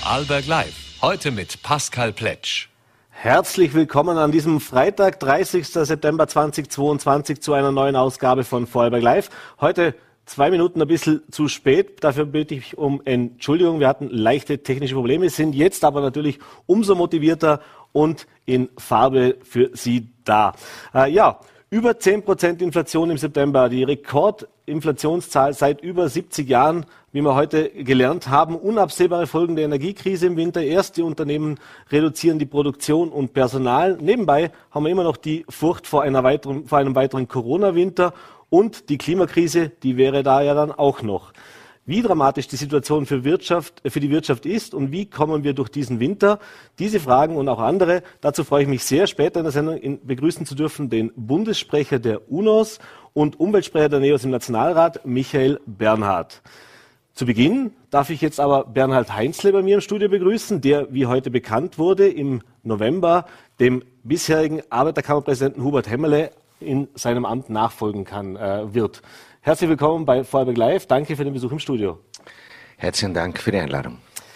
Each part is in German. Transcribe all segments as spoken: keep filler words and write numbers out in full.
Vorarlberg Live. Heute mit Pascal Pletsch. Herzlich willkommen an diesem Freitag, dreißigsten September zweitausendzweiundzwanzig, zu einer neuen Ausgabe von Vorarlberg Live. Heute zwei Minuten ein bisschen zu spät. Dafür bitte ich um Entschuldigung. Wir hatten leichte technische Probleme, sind jetzt aber natürlich umso motivierter und in Farbe für Sie da. Äh, ja, über zehn Prozent Inflation im September, die Rekordinflationszahl seit über siebzig Jahren, wie wir heute gelernt haben. Unabsehbare Folgen der Energiekrise im Winter. Erst die Unternehmen reduzieren die Produktion und Personal. Nebenbei haben wir immer noch die Furcht vor, einer weiteren, vor einem weiteren Corona-Winter. Und die Klimakrise, die wäre da ja dann auch noch. Wie dramatisch die Situation für, Wirtschaft, für die Wirtschaft ist und wie kommen wir durch diesen Winter? Diese Fragen und auch andere, dazu freue ich mich sehr, später in der Sendung in, begrüßen zu dürfen den Bundessprecher der U N O S und Umweltsprecher der NEOS im Nationalrat, Michael Bernhard. Zu Beginn darf ich jetzt aber Bernhard Heinzle bei mir im Studio begrüßen, der, wie heute bekannt wurde, im November dem bisherigen Arbeiterkammerpräsidenten Hubert Hemmerle in seinem Amt nachfolgen kann, äh, wird. Herzlich willkommen bei Vorarlberg Live. Danke für den Besuch im Studio. Herzlichen Dank für die Einladung.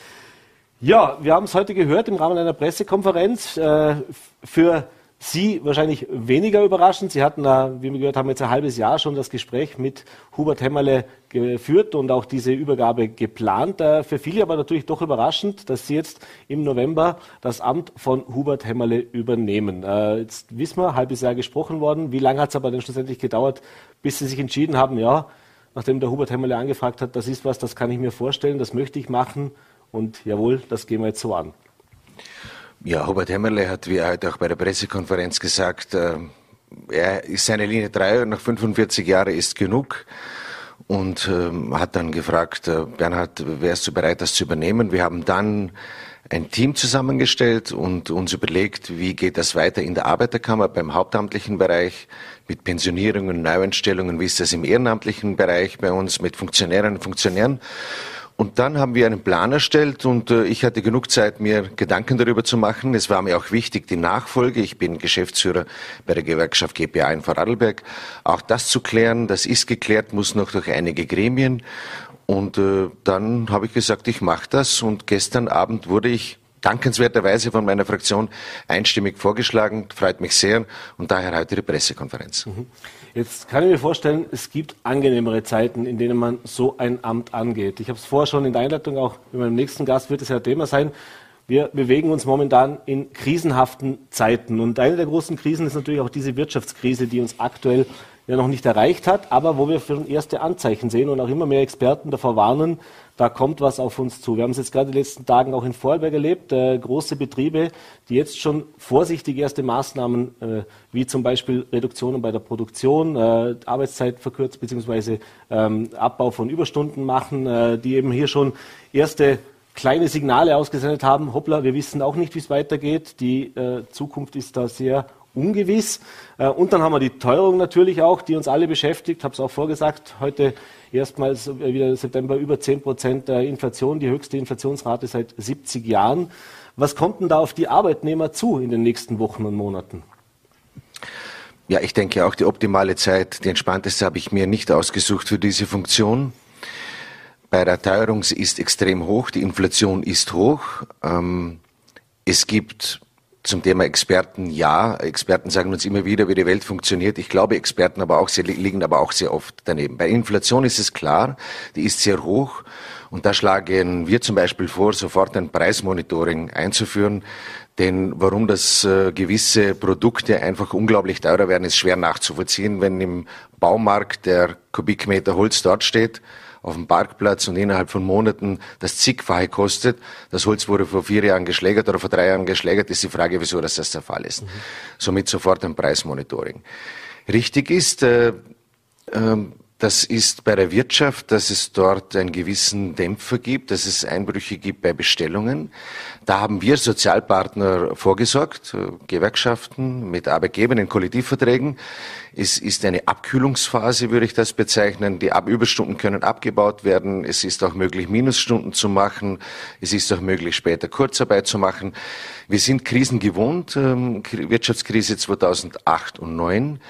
Ja, wir haben es heute gehört im Rahmen einer Pressekonferenz. Äh, für Sie wahrscheinlich weniger überraschend. Sie hatten, äh, wie wir gehört haben, jetzt ein halbes Jahr schon das Gespräch mit Hubert Hemmerle geführt und auch diese Übergabe geplant. Äh, für viele aber natürlich doch überraschend, dass Sie jetzt im November das Amt von Hubert Hemmerle übernehmen. Äh, jetzt wissen wir, ein halbes Jahr gesprochen worden. Wie lange hat es aber denn schlussendlich gedauert, bis Sie sich entschieden haben, ja, nachdem der Hubert Hemmerle angefragt hat, das ist was, das kann ich mir vorstellen, das möchte ich machen und jawohl, das gehen wir jetzt so an. Ja, Hubert Hemmerle hat, wie er heute auch bei der Pressekonferenz gesagt, äh, er ist seine Linie drei, nach fünfundvierzig Jahren ist genug. Und äh, hat dann gefragt, äh, Bernhard, wärst du bereit, das zu übernehmen? Wir haben dann ein Team zusammengestellt und uns überlegt, wie geht das weiter in der Arbeiterkammer beim hauptamtlichen Bereich mit Pensionierungen, Neueinstellungen, wie ist das im ehrenamtlichen Bereich bei uns mit Funktionärinnen und Funktionären. Und dann haben wir einen Plan erstellt und äh, ich hatte genug Zeit, mir Gedanken darüber zu machen. Es war mir auch wichtig, die Nachfolge. Ich bin Geschäftsführer bei der Gewerkschaft G P A in Vorarlberg. Auch das zu klären, das ist geklärt, muss noch durch einige Gremien. Und äh, dann habe ich gesagt, ich mache das. Und gestern Abend wurde ich dankenswerterweise von meiner Fraktion einstimmig vorgeschlagen. Freut mich sehr. Und daher heute die Pressekonferenz. Mhm. Jetzt kann ich mir vorstellen, es gibt angenehmere Zeiten, in denen man so ein Amt angeht. Ich habe es vorher schon in der Einleitung, auch mit meinem nächsten Gast wird es ja Thema sein. Wir bewegen uns momentan in krisenhaften Zeiten. Und eine der großen Krisen ist natürlich auch diese Wirtschaftskrise, die uns aktuell ja noch nicht erreicht hat, aber wo wir schon erste Anzeichen sehen und auch immer mehr Experten davor warnen, da kommt was auf uns zu. Wir haben es jetzt gerade in den letzten Tagen auch in Vorarlberg erlebt, äh, große Betriebe, die jetzt schon vorsichtig erste Maßnahmen, äh, wie zum Beispiel Reduktionen bei der Produktion, äh, Arbeitszeit verkürzt bzw. Ähm, Abbau von Überstunden machen, äh, die eben hier schon erste kleine Signale ausgesendet haben. Hoppla, wir wissen auch nicht, wie es weitergeht. Die äh, Zukunft ist da sehr ungewiss. Äh, und dann haben wir die Teuerung natürlich auch, die uns alle beschäftigt. Ich habe es auch vorgesagt, heute erstmals wieder September über zehn Prozent Inflation, die höchste Inflationsrate seit siebzig Jahren. Was kommt denn da auf die Arbeitnehmer zu in den nächsten Wochen und Monaten? Ja, ich denke auch die optimale Zeit, die entspannteste habe ich mir nicht ausgesucht für diese Funktion. Bei der Teuerung, sie ist extrem hoch, die Inflation ist hoch. Ähm, es gibt zum Thema Experten, ja, Experten sagen uns immer wieder, wie die Welt funktioniert. Ich glaube, Experten aber auch, sie liegen aber auch sehr oft daneben. Bei Inflation ist es klar, die ist sehr hoch. Und da schlagen wir zum Beispiel vor, sofort ein Preismonitoring einzuführen. Denn warum das äh, gewisse Produkte einfach unglaublich teurer werden, ist schwer nachzuvollziehen, wenn im Baumarkt der Kubikmeter Holz dort steht, auf dem Parkplatz und innerhalb von Monaten das zigfache kostet. Das Holz wurde vor vier Jahren geschlägert oder vor drei Jahren geschlägert, ist die Frage, wieso das, das der Fall ist. Mhm. Somit sofort ein Preismonitoring. Richtig ist, äh, äh, das ist bei der Wirtschaft, dass es dort einen gewissen Dämpfer gibt, dass es Einbrüche gibt bei Bestellungen. Da haben wir Sozialpartner vorgesorgt, Gewerkschaften mit Arbeitgebern in Kollektivverträgen. Es ist eine Abkühlungsphase, würde ich das bezeichnen. Die Überstunden können abgebaut werden. Es ist auch möglich, Minusstunden zu machen. Es ist auch möglich, später Kurzarbeit zu machen. Wir sind Krisen gewohnt, Wirtschaftskrise zweitausendacht und zweitausendneun.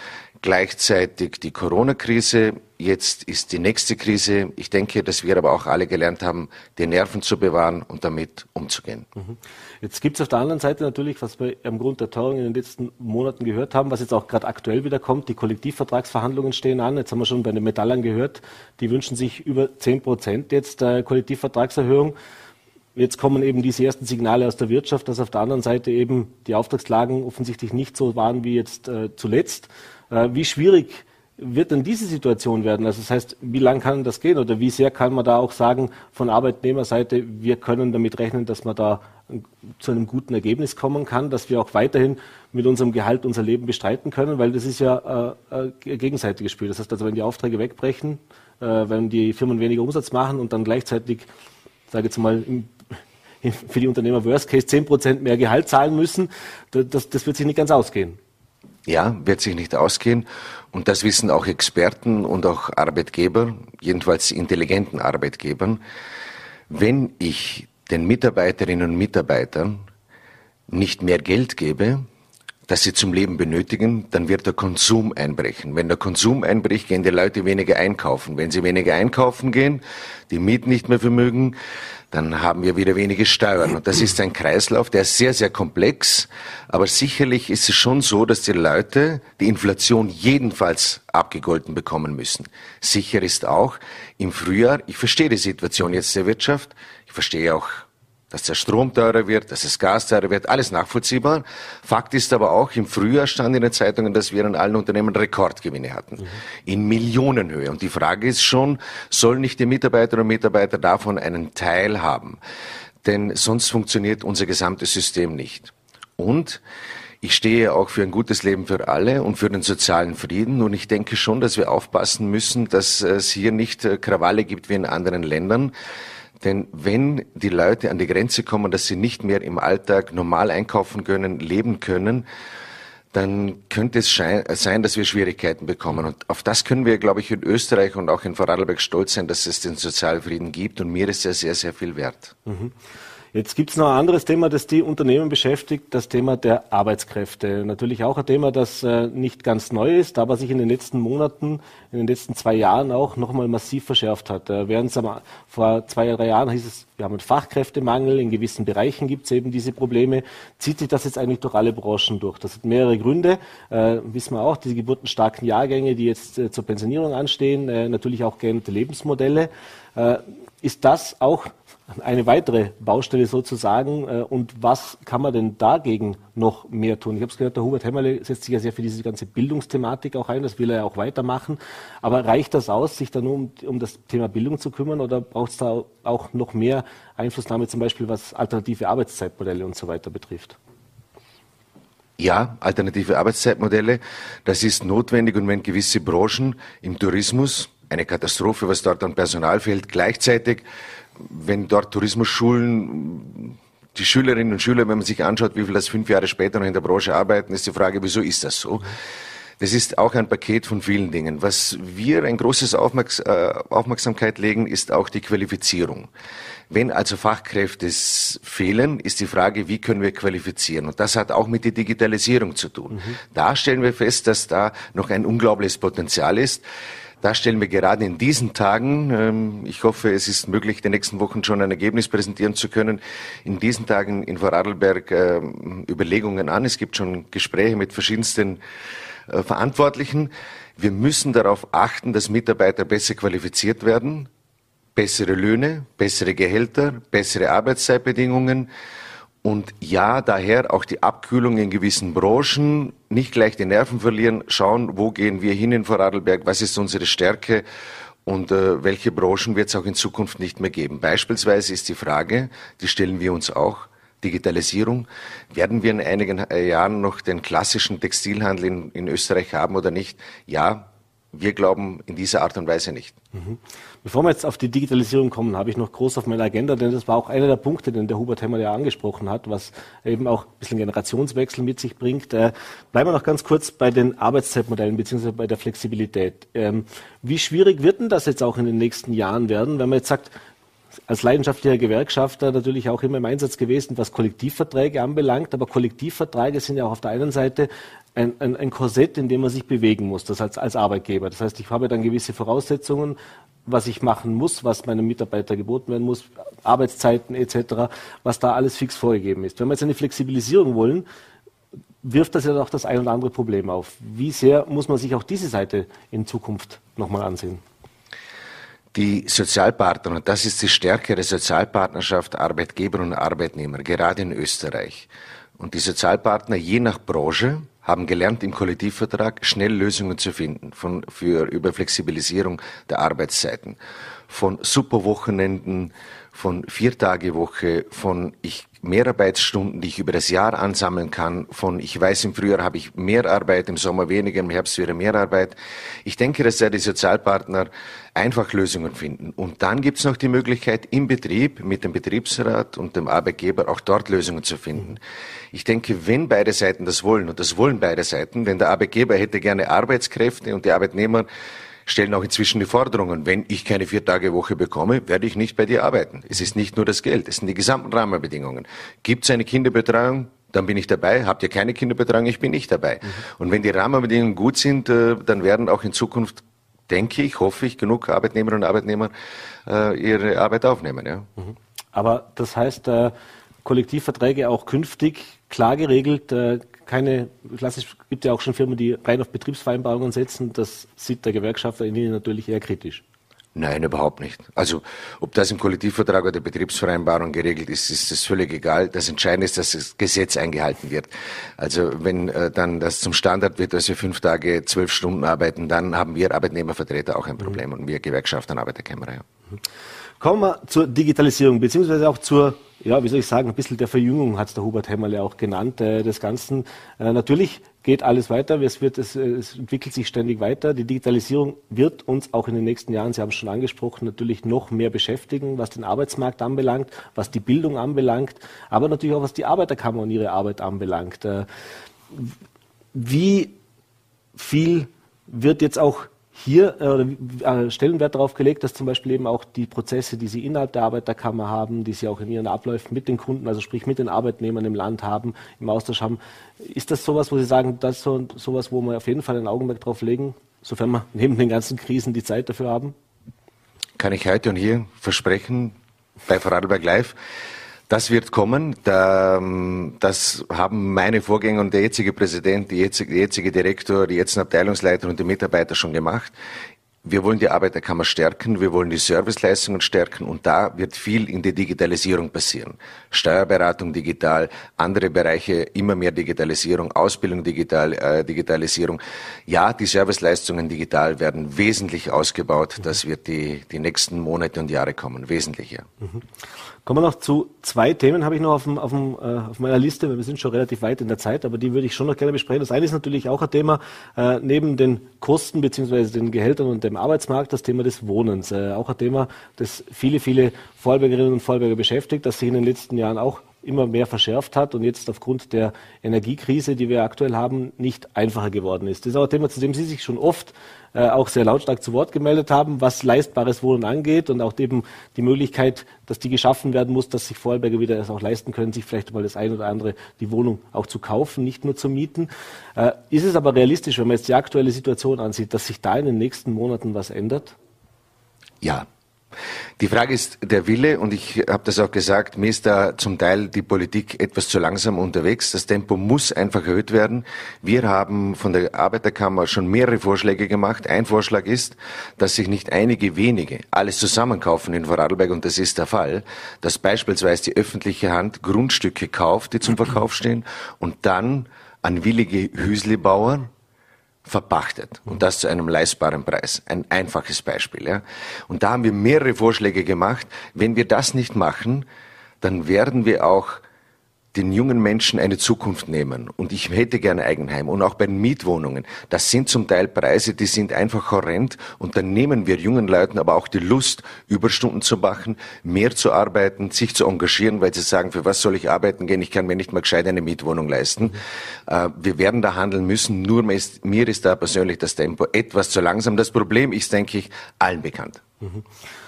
gleichzeitig die Corona-Krise, jetzt ist die nächste Krise. Ich denke, dass wir aber auch alle gelernt haben, die Nerven zu bewahren und damit umzugehen. Jetzt gibt es auf der anderen Seite natürlich, was wir am Grund der Teuerung in den letzten Monaten gehört haben, was jetzt auch gerade aktuell wieder kommt, die Kollektivvertragsverhandlungen stehen an. Jetzt haben wir schon bei den Metallern gehört, die wünschen sich über zehn Prozent jetzt äh, Kollektivvertragserhöhung. Jetzt kommen eben diese ersten Signale aus der Wirtschaft, dass auf der anderen Seite eben die Auftragslagen offensichtlich nicht so waren wie jetzt äh, zuletzt. Äh, wie schwierig wird denn diese Situation werden? Also das heißt, wie lang kann das gehen oder wie sehr kann man da auch sagen von Arbeitnehmerseite, wir können damit rechnen, dass man da zu einem guten Ergebnis kommen kann, dass wir auch weiterhin mit unserem Gehalt unser Leben bestreiten können, weil das ist ja äh, ein gegenseitiges Spiel. Das heißt also, wenn die Aufträge wegbrechen, äh, wenn die Firmen weniger Umsatz machen und dann gleichzeitig, sage ich jetzt mal, im für die Unternehmer Worst Case zehn Prozent mehr Gehalt zahlen müssen, das, das wird sich nicht ganz ausgehen. Ja, wird sich nicht ausgehen. Und das wissen auch Experten und auch Arbeitgeber, jedenfalls intelligenten Arbeitgebern. Wenn ich den Mitarbeiterinnen und Mitarbeitern nicht mehr Geld gebe, das sie zum Leben benötigen, dann wird der Konsum einbrechen. Wenn der Konsum einbricht, gehen die Leute weniger einkaufen. Wenn sie weniger einkaufen gehen, die Mieten nicht mehr vermögen, dann haben wir wieder wenige Steuern. Und das ist ein Kreislauf, der ist sehr, sehr komplex. Aber sicherlich ist es schon so, dass die Leute die Inflation jedenfalls abgegolten bekommen müssen. Sicher ist auch im Frühjahr, ich verstehe die Situation jetzt der Wirtschaft, ich verstehe auch, dass der Strom teurer wird, dass das Gas teurer wird, alles nachvollziehbar. Fakt ist aber auch, im Frühjahr stand in den Zeitungen, dass wir in allen Unternehmen Rekordgewinne hatten. Mhm. In Millionenhöhe. Und die Frage ist schon, sollen nicht die Mitarbeiterinnen und Mitarbeiter davon einen Teil haben? Denn sonst funktioniert unser gesamtes System nicht. Und ich stehe auch für ein gutes Leben für alle und für den sozialen Frieden. Und ich denke schon, dass wir aufpassen müssen, dass es hier nicht Krawalle gibt wie in anderen Ländern. Denn wenn die Leute an die Grenze kommen, dass sie nicht mehr im Alltag normal einkaufen können, leben können, dann könnte es sein, dass wir Schwierigkeiten bekommen. Und auf das können wir, glaube ich, in Österreich und auch in Vorarlberg stolz sein, dass es den Sozialfrieden gibt. Und mir ist er sehr, sehr viel wert. Mhm. Jetzt gibt es noch ein anderes Thema, das die Unternehmen beschäftigt, das Thema der Arbeitskräfte. Natürlich auch ein Thema, das äh, nicht ganz neu ist, aber sich in den letzten Monaten, in den letzten zwei Jahren auch nochmal massiv verschärft hat. Äh, während es aber vor zwei, drei Jahren hieß es, wir haben einen Fachkräftemangel, in gewissen Bereichen gibt es eben diese Probleme, zieht sich das jetzt eigentlich durch alle Branchen durch. Das hat mehrere Gründe, äh, wissen wir auch, diese geburtenstarken Jahrgänge, die jetzt äh, zur Pensionierung anstehen, äh, natürlich auch geänderte Lebensmodelle. Äh, ist das auch eine weitere Baustelle sozusagen? Und was kann man denn dagegen noch mehr tun? Ich habe es gehört, der Hubert Hämmerle setzt sich ja sehr für diese ganze Bildungsthematik auch ein, das will er ja auch weitermachen. Aber reicht das aus, sich da nur um, um das Thema Bildung zu kümmern oder braucht es da auch noch mehr Einflussnahme, zum Beispiel was alternative Arbeitszeitmodelle und so weiter betrifft? Ja, alternative Arbeitszeitmodelle, das ist notwendig und wenn gewisse Branchen im Tourismus, eine Katastrophe, was dort an Personal fehlt, gleichzeitig wenn dort Tourismusschulen, die Schülerinnen und Schüler, wenn man sich anschaut, wie viel das fünf Jahre später noch in der Branche arbeiten, ist die Frage, wieso ist das so? Das ist auch ein Paket von vielen Dingen. Was wir ein großes Aufmerks- äh, Aufmerksamkeit legen, ist auch die Qualifizierung. Wenn also Fachkräfte fehlen, ist die Frage, wie können wir qualifizieren? Und das hat auch mit der Digitalisierung zu tun. Mhm. Da stellen wir fest, dass da noch ein unglaubliches Potenzial ist. Da stellen wir gerade in diesen Tagen, ähm, ich hoffe, es ist möglich, die nächsten Wochen schon ein Ergebnis präsentieren zu können, in diesen Tagen in Vorarlberg äh, Überlegungen an. Es gibt schon Gespräche mit verschiedensten äh, Verantwortlichen. Wir müssen darauf achten, dass Mitarbeiter besser qualifiziert werden, bessere Löhne, bessere Gehälter, bessere Arbeitszeitbedingungen. Und ja, daher auch die Abkühlung in gewissen Branchen, nicht gleich die Nerven verlieren, schauen, wo gehen wir hin in Vorarlberg, was ist unsere Stärke und äh, welche Branchen wird es auch in Zukunft nicht mehr geben. Beispielsweise ist die Frage, die stellen wir uns auch, Digitalisierung. Werden wir in einigen äh, Jahren noch den klassischen Textilhandel in, in Österreich haben oder nicht? Ja, wir glauben in dieser Art und Weise nicht. Mhm. Bevor wir jetzt auf die Digitalisierung kommen, habe ich noch groß auf meiner Agenda, denn das war auch einer der Punkte, den der Hubert Hämmerle ja angesprochen hat, was eben auch ein bisschen Generationswechsel mit sich bringt. Äh, bleiben wir noch ganz kurz bei den Arbeitszeitmodellen bzw. bei der Flexibilität. Ähm, wie schwierig wird denn das jetzt auch in den nächsten Jahren werden, wenn man jetzt sagt, als leidenschaftlicher Gewerkschafter natürlich auch immer im Einsatz gewesen, was Kollektivverträge anbelangt. Aber Kollektivverträge sind ja auch auf der einen Seite ein, ein, ein Korsett, in dem man sich bewegen muss, das als, als Arbeitgeber. Das heißt, ich habe dann gewisse Voraussetzungen, was ich machen muss, was meinem Mitarbeiter geboten werden muss, Arbeitszeiten et cetera, was da alles fix vorgegeben ist. Wenn wir jetzt eine Flexibilisierung wollen, wirft das ja auch das ein oder andere Problem auf. Wie sehr muss man sich auch diese Seite in Zukunft nochmal ansehen? Die Sozialpartner, und das ist die Stärke der Sozialpartnerschaft Arbeitgeber und Arbeitnehmer, gerade in Österreich. Und die Sozialpartner, je nach Branche, haben gelernt, im Kollektivvertrag schnell Lösungen zu finden von, für, über Flexibilisierung der Arbeitszeiten. Von Superwochenenden, von Viertagewoche, von ich Mehrarbeitsstunden, die ich über das Jahr ansammeln kann, von ich weiß, im Frühjahr habe ich mehr Arbeit, im Sommer weniger, im Herbst wieder mehr Arbeit. Ich denke, dass da die Sozialpartner einfach Lösungen finden. Und dann gibt es noch die Möglichkeit, im Betrieb mit dem Betriebsrat und dem Arbeitgeber auch dort Lösungen zu finden. Ich denke, wenn beide Seiten das wollen, und das wollen beide Seiten, denn der Arbeitgeber hätte gerne Arbeitskräfte und die Arbeitnehmer stellen auch inzwischen die Forderungen, wenn ich keine Vier-Tage-Woche bekomme, werde ich nicht bei dir arbeiten. Es ist nicht nur das Geld, es sind die gesamten Rahmenbedingungen. Gibt es eine Kinderbetreuung, dann bin ich dabei. Habt ihr keine Kinderbetreuung, ich bin nicht dabei. Mhm. Und wenn die Rahmenbedingungen gut sind, dann werden auch in Zukunft, denke ich, hoffe ich, genug Arbeitnehmerinnen und Arbeitnehmer äh, ihre Arbeit aufnehmen. Ja. Mhm. Aber das heißt, äh, Kollektivverträge auch künftig klar geregelt, äh, keine, klassisch gibt ja auch schon Firmen, die rein auf Betriebsvereinbarungen setzen. Das sieht der Gewerkschafter in Ihnen natürlich eher kritisch. Nein, überhaupt nicht. Also ob das im Kollektivvertrag oder Betriebsvereinbarung geregelt ist, ist das völlig egal. Das Entscheidende ist, dass das Gesetz eingehalten wird. Also wenn äh, dann das zum Standard wird, dass wir fünf Tage, zwölf Stunden arbeiten, dann haben wir Arbeitnehmervertreter auch ein Problem mhm. und wir Gewerkschafter und Arbeiterkämmerer. Ja. Mhm. Kommen wir zur Digitalisierung, beziehungsweise auch zur, ja, wie soll ich sagen, ein bisschen der Verjüngung, hat es der Hubert Hämmerle auch genannt, äh, des Ganzen. Äh, natürlich geht alles weiter, es, wird, es, es entwickelt sich ständig weiter. Die Digitalisierung wird uns auch in den nächsten Jahren, Sie haben es schon angesprochen, natürlich noch mehr beschäftigen, was den Arbeitsmarkt anbelangt, was die Bildung anbelangt, aber natürlich auch was die Arbeiterkammer und ihre Arbeit anbelangt. Äh, wie viel wird jetzt auch hier äh, Stellenwert darauf gelegt, dass zum Beispiel eben auch die Prozesse, die Sie innerhalb der Arbeiterkammer haben, die Sie auch in Ihren Abläufen mit den Kunden, also sprich mit den Arbeitnehmern im Land haben, im Austausch haben, ist das sowas, wo Sie sagen, das ist so, sowas, wo wir auf jeden Fall ein Augenmerk drauf legen, sofern wir neben den ganzen Krisen die Zeit dafür haben? Kann ich heute und hier versprechen, bei Vorarlberg Live. Das wird kommen. Da, das haben meine Vorgänger und der jetzige Präsident, die jetzige, der jetzige Direktor, die jetzigen Abteilungsleiter und die Mitarbeiter schon gemacht. Wir wollen die Arbeiterkammer stärken, wir wollen die Serviceleistungen stärken und da wird viel in der Digitalisierung passieren. Steuerberatung digital, andere Bereiche immer mehr Digitalisierung, Ausbildung digital, äh, Digitalisierung. Ja, die Serviceleistungen digital werden wesentlich ausgebaut. Das wird die, die nächsten Monate und Jahre kommen, wesentlich, ja. Mhm. Kommen wir noch zu zwei Themen, habe ich noch auf, dem, auf, dem, äh, auf meiner Liste, weil wir sind schon relativ weit in der Zeit, aber die würde ich schon noch gerne besprechen. Das eine ist natürlich auch ein Thema, äh, neben den Kosten bzw. den Gehältern und dem Arbeitsmarkt, das Thema des Wohnens. Äh, auch ein Thema, das viele, viele Vorarlbergerinnen und Vorarlberger beschäftigt, das sich in den letzten Jahren auch immer mehr verschärft hat und jetzt aufgrund der Energiekrise, die wir aktuell haben, nicht einfacher geworden ist. Das ist auch ein Thema, zu dem Sie sich schon oft äh, auch sehr lautstark zu Wort gemeldet haben, was leistbares Wohnen angeht und auch eben die Möglichkeit, dass die geschaffen werden muss, dass sich Vorarlberger wieder es auch leisten können, sich vielleicht mal das ein oder andere, die Wohnung auch zu kaufen, nicht nur zu mieten. Äh, ist es aber realistisch, wenn man jetzt die aktuelle Situation ansieht, dass sich da in den nächsten Monaten was ändert? Ja. Die Frage ist der Wille, und ich habe das auch gesagt, mir ist da zum Teil die Politik etwas zu langsam unterwegs. Das Tempo muss einfach erhöht werden. Wir haben von der Arbeiterkammer schon mehrere Vorschläge gemacht. Ein Vorschlag ist, dass sich nicht einige wenige alles zusammenkaufen in Vorarlberg, und das ist der Fall, dass beispielsweise die öffentliche Hand Grundstücke kauft, die zum Verkauf stehen, und dann an willige Hüslibauer verpachtet. Und das zu einem leistbaren Preis. Ein einfaches Beispiel, ja. Und da haben wir mehrere Vorschläge gemacht. Wenn wir das nicht machen, dann werden wir auch den jungen Menschen eine Zukunft nehmen. Und ich hätte gerne Eigenheim. Und auch bei den Mietwohnungen. Das sind zum Teil Preise, die sind einfach horrend. Und dann nehmen wir jungen Leuten aber auch die Lust, Überstunden zu machen, mehr zu arbeiten, sich zu engagieren, weil sie sagen, für was soll ich arbeiten gehen? Ich kann mir nicht mal gescheit eine Mietwohnung leisten. Äh, wir werden da handeln müssen. Nur mir ist, mir ist da persönlich das Tempo etwas zu langsam. Das Problem ist, denke ich, allen bekannt. Mhm.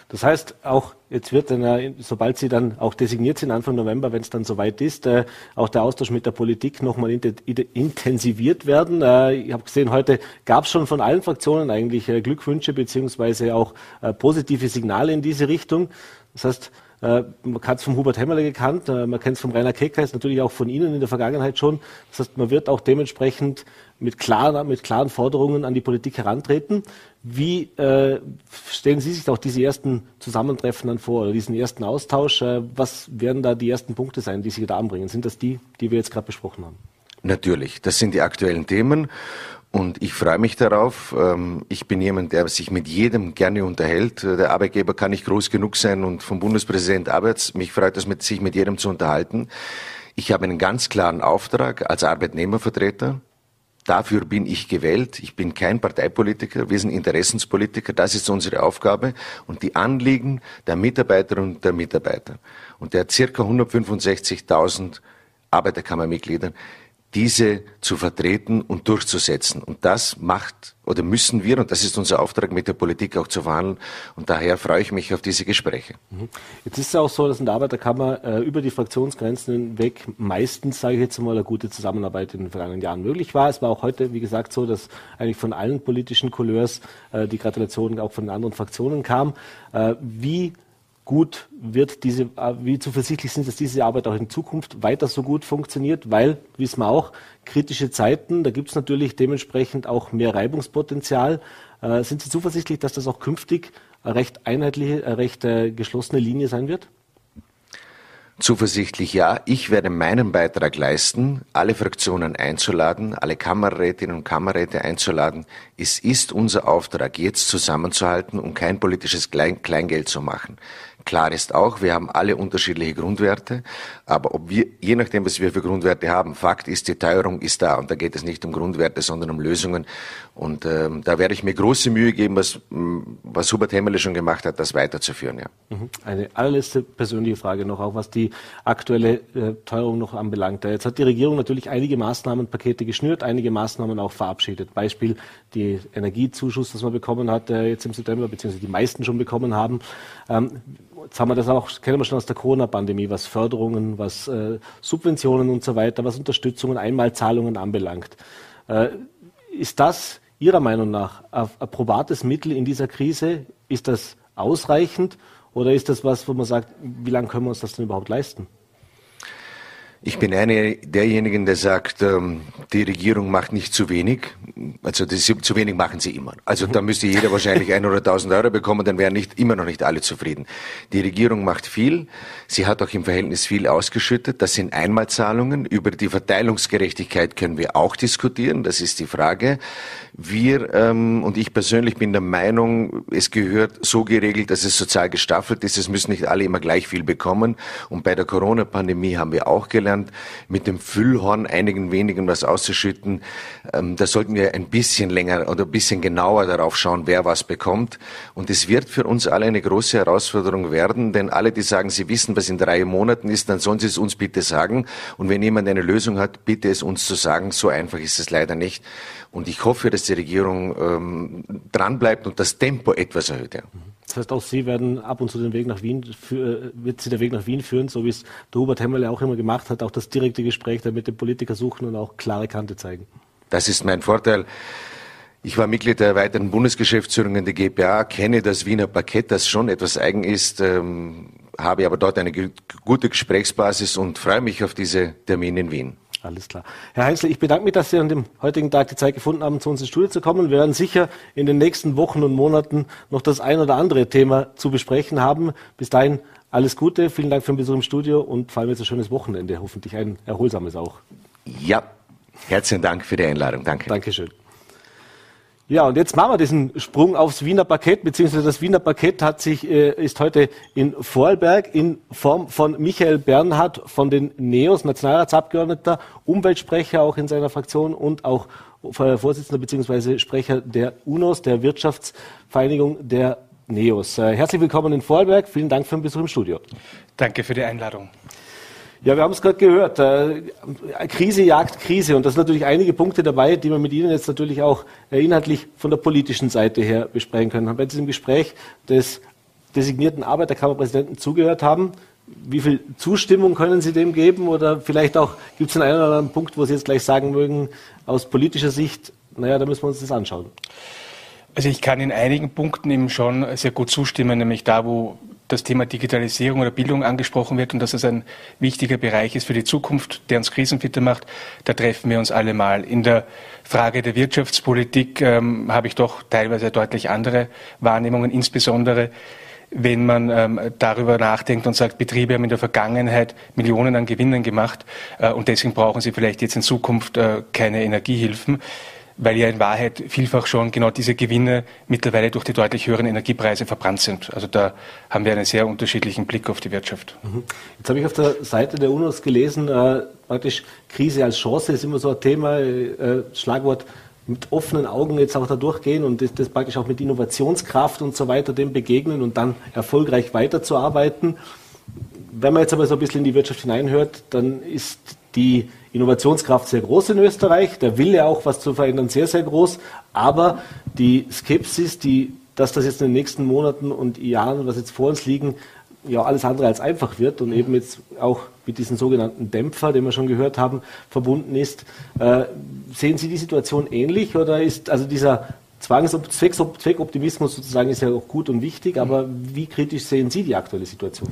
Das heißt, auch jetzt wird dann, äh, sobald Sie dann auch designiert sind, Anfang November, wenn es dann soweit ist, äh, auch der Austausch mit der Politik nochmal intensiviert werden. Äh, ich habe gesehen, heute gab es schon von allen Fraktionen eigentlich äh, Glückwünsche beziehungsweise auch äh, positive Signale in diese Richtung. Das heißt, äh, man hat es vom Hubert Hemmerle gekannt, äh, man kennt es vom Rainer Kekais, natürlich auch von Ihnen in der Vergangenheit schon. Das heißt, man wird auch dementsprechend mit klaren, mit klaren Forderungen an die Politik herantreten. Wie äh, stellen Sie sich auch diese ersten Zusammentreffen dann vor oder diesen ersten Austausch? Äh, was werden da die ersten Punkte sein, die Sie da anbringen? Sind das die, die wir jetzt gerade besprochen haben? Natürlich, das sind die aktuellen Themen und ich freue mich darauf. Ich bin jemand, der sich mit jedem gerne unterhält. Der Arbeitgeber kann nicht groß genug sein und vom Bundespräsident Aberts, mich freut es, sich mit jedem zu unterhalten. Ich habe einen ganz klaren Auftrag als Arbeitnehmervertreter. Dafür bin ich gewählt. Ich bin kein Parteipolitiker, wir sind Interessenspolitiker. Das ist unsere Aufgabe und die Anliegen der Mitarbeiterinnen und der Mitarbeiter und der circa hundertfünfundsechzigtausend Arbeiterkammermitglieder, diese zu vertreten und durchzusetzen. Und das macht oder müssen wir, und das ist unser Auftrag, mit der Politik auch zu verhandeln. Und daher freue ich mich auf diese Gespräche. Jetzt ist es auch so, dass in der Arbeiterkammer äh, über die Fraktionsgrenzen hinweg meistens, sage ich jetzt mal, eine gute Zusammenarbeit in den vergangenen Jahren möglich war. Es war auch heute, wie gesagt, so, dass eigentlich von allen politischen Couleurs äh, die Gratulationen auch von den anderen Fraktionen kamen. Äh, wie gut wird diese, wie zuversichtlich sind, dass diese Arbeit auch in Zukunft weiter so gut funktioniert, weil, wissen wir auch, kritische Zeiten, da gibt es natürlich dementsprechend auch mehr Reibungspotenzial. Äh, sind Sie zuversichtlich, dass das auch künftig eine recht einheitliche, eine recht äh, geschlossene Linie sein wird? Zuversichtlich ja. Ich werde meinen Beitrag leisten, alle Fraktionen einzuladen, alle Kammerrätinnen und Kammerräte einzuladen. Es ist unser Auftrag, jetzt zusammenzuhalten und kein politisches Klein Kleingeld zu machen. Klar ist auch, wir haben alle unterschiedliche Grundwerte, aber ob wir, je nachdem, was wir für Grundwerte haben, Fakt ist, die Teuerung ist da und da geht es nicht um Grundwerte, sondern um Lösungen und ähm, da werde ich mir große Mühe geben, was, was Hubert Hemmerle schon gemacht hat, das weiterzuführen. Ja. Eine allerletzte persönliche Frage noch, auch was die aktuelle äh, Teuerung noch anbelangt. Jetzt hat die Regierung natürlich einige Maßnahmenpakete geschnürt, einige Maßnahmen auch verabschiedet. Beispiel die Energiezuschuss, das man bekommen hat äh, jetzt im September, beziehungsweise die meisten schon bekommen haben. Ähm, Jetzt haben wir das auch, kennen wir schon aus der Corona-Pandemie, was Förderungen, was äh, Subventionen und so weiter, was Unterstützungen, Einmalzahlungen anbelangt. Äh, ist das Ihrer Meinung nach ein, ein probates Mittel in dieser Krise? Ist das ausreichend oder ist das was, wo man sagt, wie lange können wir uns das denn überhaupt leisten? Ich bin einer derjenigen, der sagt, ähm, die Regierung macht nicht zu wenig. Also das, zu wenig machen sie immer. Also da müsste jeder wahrscheinlich hunderttausend Euro bekommen, dann wären nicht, immer noch nicht alle zufrieden. Die Regierung macht viel. Sie hat auch im Verhältnis viel ausgeschüttet. Das sind Einmalzahlungen. Über die Verteilungsgerechtigkeit können wir auch diskutieren. Das ist die Frage. Wir ähm, und ich persönlich bin der Meinung, es gehört so geregelt, dass es sozial gestaffelt ist. Es müssen nicht alle immer gleich viel bekommen. Und bei der Corona-Pandemie haben wir auch gelernt, mit dem Füllhorn einigen wenigen was auszuschütten. Ähm, da sollten wir ein bisschen länger oder ein bisschen genauer darauf schauen, wer was bekommt. Und es wird für uns alle eine große Herausforderung werden, denn alle, die sagen, sie wissen, was in drei Monaten ist, dann sollen sie es uns bitte sagen. Und wenn jemand eine Lösung hat, bitte es uns zu sagen. So einfach ist es leider nicht. Und ich hoffe, dass die Regierung ähm, dranbleibt und das Tempo etwas erhöht. Ja. Das heißt, auch Sie werden ab und zu den Weg nach Wien, für, wird Sie der Weg nach Wien führen, so wie es der Hubert Hemmerle auch immer gemacht hat, auch das direkte Gespräch da mit dem Politiker suchen und auch klare Kante zeigen. Das ist mein Vorteil. Ich war Mitglied der erweiterten Bundesgeschäftsführung in der G P A, kenne das Wiener Parkett, das schon etwas eigen ist, ähm, habe aber dort eine gute Gesprächsbasis und freue mich auf diese Termine in Wien. Alles klar. Herr Heinzl, ich bedanke mich, dass Sie an dem heutigen Tag die Zeit gefunden haben, zu uns ins Studio zu kommen. Wir werden sicher in den nächsten Wochen und Monaten noch das ein oder andere Thema zu besprechen haben. Bis dahin alles Gute, vielen Dank für den Besuch im Studio und vor allem jetzt ein schönes Wochenende, hoffentlich ein erholsames auch. Ja, herzlichen Dank für die Einladung. Danke. Dankeschön. Ja, und jetzt machen wir diesen Sprung aufs Wiener Parkett, beziehungsweise das Wiener Parkett hat sich, äh, ist heute in Vorarlberg in Form von Michael Bernhard von den NEOS, Nationalratsabgeordneter, Umweltsprecher auch in seiner Fraktion und auch Vorsitzender beziehungsweise Sprecher der U N O S, der Wirtschaftsvereinigung der NEOS. Äh, herzlich willkommen in Vorarlberg, vielen Dank für den Besuch im Studio. Danke für die Einladung. Ja, wir haben es gerade gehört, äh, Krise jagt Krise und da sind natürlich einige Punkte dabei, die wir mit Ihnen jetzt natürlich auch äh, inhaltlich von der politischen Seite her besprechen können. Bei diesem Gespräch des designierten Arbeiterkammerpräsidenten zugehört haben. Wie viel Zustimmung können Sie dem geben? Oder vielleicht auch, gibt es einen oder anderen Punkt, wo Sie jetzt gleich sagen mögen, aus politischer Sicht, naja, da müssen wir uns das anschauen. Also ich kann in einigen Punkten eben schon sehr gut zustimmen, nämlich da, wo das Thema Digitalisierung oder Bildung angesprochen wird und dass es ein wichtiger Bereich ist für die Zukunft, der uns krisenfitter macht, da treffen wir uns alle mal. In der Frage der Wirtschaftspolitik ähm, habe ich doch teilweise deutlich andere Wahrnehmungen, insbesondere wenn man ähm, darüber nachdenkt und sagt, Betriebe haben in der Vergangenheit Millionen an Gewinnen gemacht äh, und deswegen brauchen sie vielleicht jetzt in Zukunft äh, keine Energiehilfen, weil ja in Wahrheit vielfach schon genau diese Gewinne mittlerweile durch die deutlich höheren Energiepreise verbrannt sind. Also da haben wir einen sehr unterschiedlichen Blick auf die Wirtschaft. Jetzt habe ich auf der Seite der UNOS gelesen, äh, praktisch Krise als Chance ist immer so ein Thema, äh, Schlagwort mit offenen Augen jetzt auch da durchgehen und das, das praktisch auch mit Innovationskraft und so weiter dem begegnen und dann erfolgreich weiterzuarbeiten. Wenn man jetzt aber so ein bisschen in die Wirtschaft hineinhört, dann ist die Innovationskraft sehr groß in Österreich, der Wille auch, was zu verändern, sehr, sehr groß, aber die Skepsis, die, dass das jetzt in den nächsten Monaten und Jahren, was jetzt vor uns liegen, ja alles andere als einfach wird und eben jetzt auch mit diesem sogenannten Dämpfer, den wir schon gehört haben, verbunden ist. Äh, sehen Sie die Situation ähnlich oder ist also dieser Zwangs- Zweckoptimismus sozusagen ist ja auch gut und wichtig, aber wie kritisch sehen Sie die aktuelle Situation?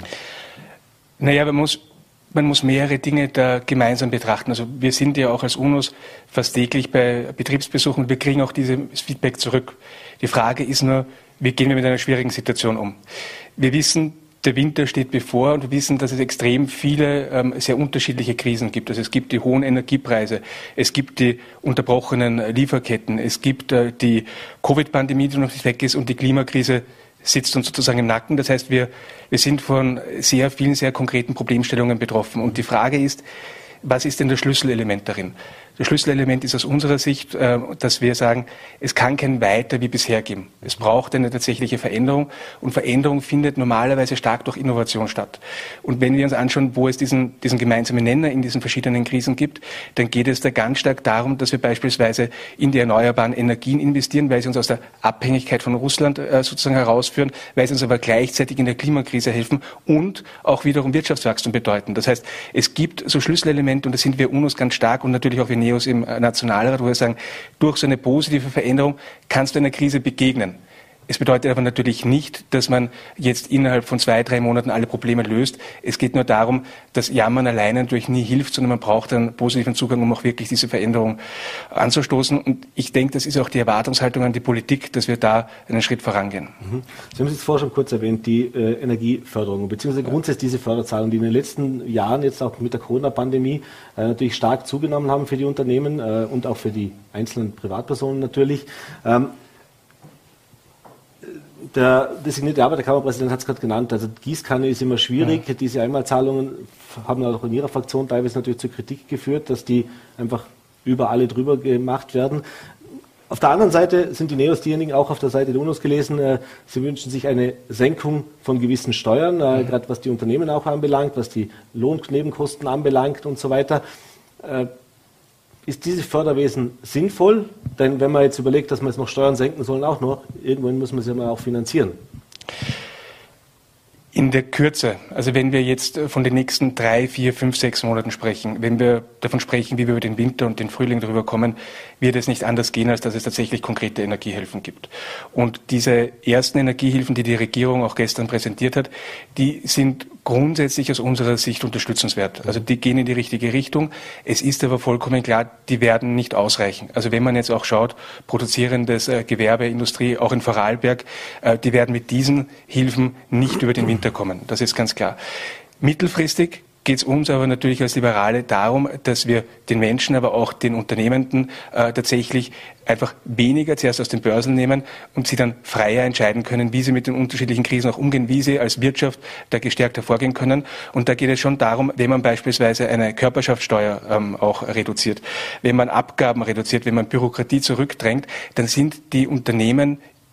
Naja, man muss, man muss mehrere Dinge da gemeinsam betrachten. Also wir sind ja auch als UNOS fast täglich bei Betriebsbesuchen und wir kriegen auch dieses Feedback zurück. Die Frage ist nur, wie gehen wir mit einer schwierigen Situation um? Wir wissen, der Winter steht bevor und wir wissen, dass es extrem viele ähm, sehr unterschiedliche Krisen gibt. Also es gibt die hohen Energiepreise, es gibt die unterbrochenen Lieferketten, es gibt äh, die Covid-Pandemie, die noch nicht weg ist und die Klimakrise sitzt uns sozusagen im Nacken. Das heißt, wir, wir sind von sehr vielen, sehr konkreten Problemstellungen betroffen. Und die Frage ist, was ist denn das Schlüsselelement darin? Das Schlüsselelement ist aus unserer Sicht, dass wir sagen, es kann kein Weiter wie bisher geben. Es braucht eine tatsächliche Veränderung und Veränderung findet normalerweise stark durch Innovation statt. Und wenn wir uns anschauen, wo es diesen, diesen gemeinsamen Nenner in diesen verschiedenen Krisen gibt, dann geht es da ganz stark darum, dass wir beispielsweise in die erneuerbaren Energien investieren, weil sie uns aus der Abhängigkeit von Russland sozusagen herausführen, weil sie uns aber gleichzeitig in der Klimakrise helfen und auch wiederum Wirtschaftswachstum bedeuten. Das heißt, es gibt so Schlüsselelemente und da sind wir UNOS ganz stark und natürlich auch wir NEOS im Nationalrat, wo wir sagen, durch so eine positive Veränderung kannst du einer Krise begegnen. Es bedeutet aber natürlich nicht, dass man jetzt innerhalb von zwei, drei Monaten alle Probleme löst. Es geht nur darum, dass Jammern alleine natürlich nie hilft, sondern man braucht einen positiven Zugang, um auch wirklich diese Veränderung anzustoßen. Und ich denke, das ist auch die Erwartungshaltung an die Politik, dass wir da einen Schritt vorangehen. Mhm. Sie haben es jetzt vorher schon kurz erwähnt, die äh, Energieförderung, beziehungsweise grundsätzlich diese Förderzahlungen, die in den letzten Jahren jetzt auch mit der Corona-Pandemie äh, natürlich stark zugenommen haben für die Unternehmen äh, und auch für die einzelnen Privatpersonen natürlich. Ähm, Der designierte Arbeiterkammerpräsident hat es gerade genannt, also Gießkanne ist immer schwierig. Ja. Diese Einmalzahlungen haben auch in Ihrer Fraktion teilweise natürlich zur Kritik geführt, dass die einfach über alle drüber gemacht werden. Auf der anderen Seite sind die NEOS diejenigen, auch auf der Seite der UNOS gelesen, äh, sie wünschen sich eine Senkung von gewissen Steuern, äh, mhm. gerade was die Unternehmen auch anbelangt, was die Lohnnebenkosten anbelangt und so weiter. Äh, Ist dieses Förderwesen sinnvoll? Denn wenn man jetzt überlegt, dass man jetzt noch Steuern senken sollen, auch noch, irgendwann muss man sie ja auch finanzieren. In der Kürze, also wenn wir jetzt von den nächsten drei, vier, fünf, sechs Monaten sprechen, wenn wir davon sprechen, wie wir über den Winter und den Frühling drüber kommen, wird es nicht anders gehen, als dass es tatsächlich konkrete Energiehilfen gibt. Und diese ersten Energiehilfen, die die Regierung auch gestern präsentiert hat, die sind grundsätzlich aus unserer Sicht unterstützenswert. Also die gehen in die richtige Richtung. Es ist aber vollkommen klar, die werden nicht ausreichen. Also wenn man jetzt auch schaut, produzierendes äh, Gewerbe, Industrie, auch in Vorarlberg, äh, die werden mit diesen Hilfen nicht über den Winter kommen. Das ist ganz klar. Mittelfristig geht es uns aber natürlich als Liberale darum, dass wir den Menschen, aber auch den Unternehmenden äh, tatsächlich einfach weniger zuerst aus den Börsen nehmen und sie dann freier entscheiden können, wie sie mit den unterschiedlichen Krisen auch umgehen, wie sie als Wirtschaft da gestärkt hervorgehen können. Und da geht es schon darum, wenn man beispielsweise eine Körperschaftssteuer ähm, auch reduziert, wenn man Abgaben reduziert, wenn man Bürokratie zurückdrängt, dann sind die Unternehmen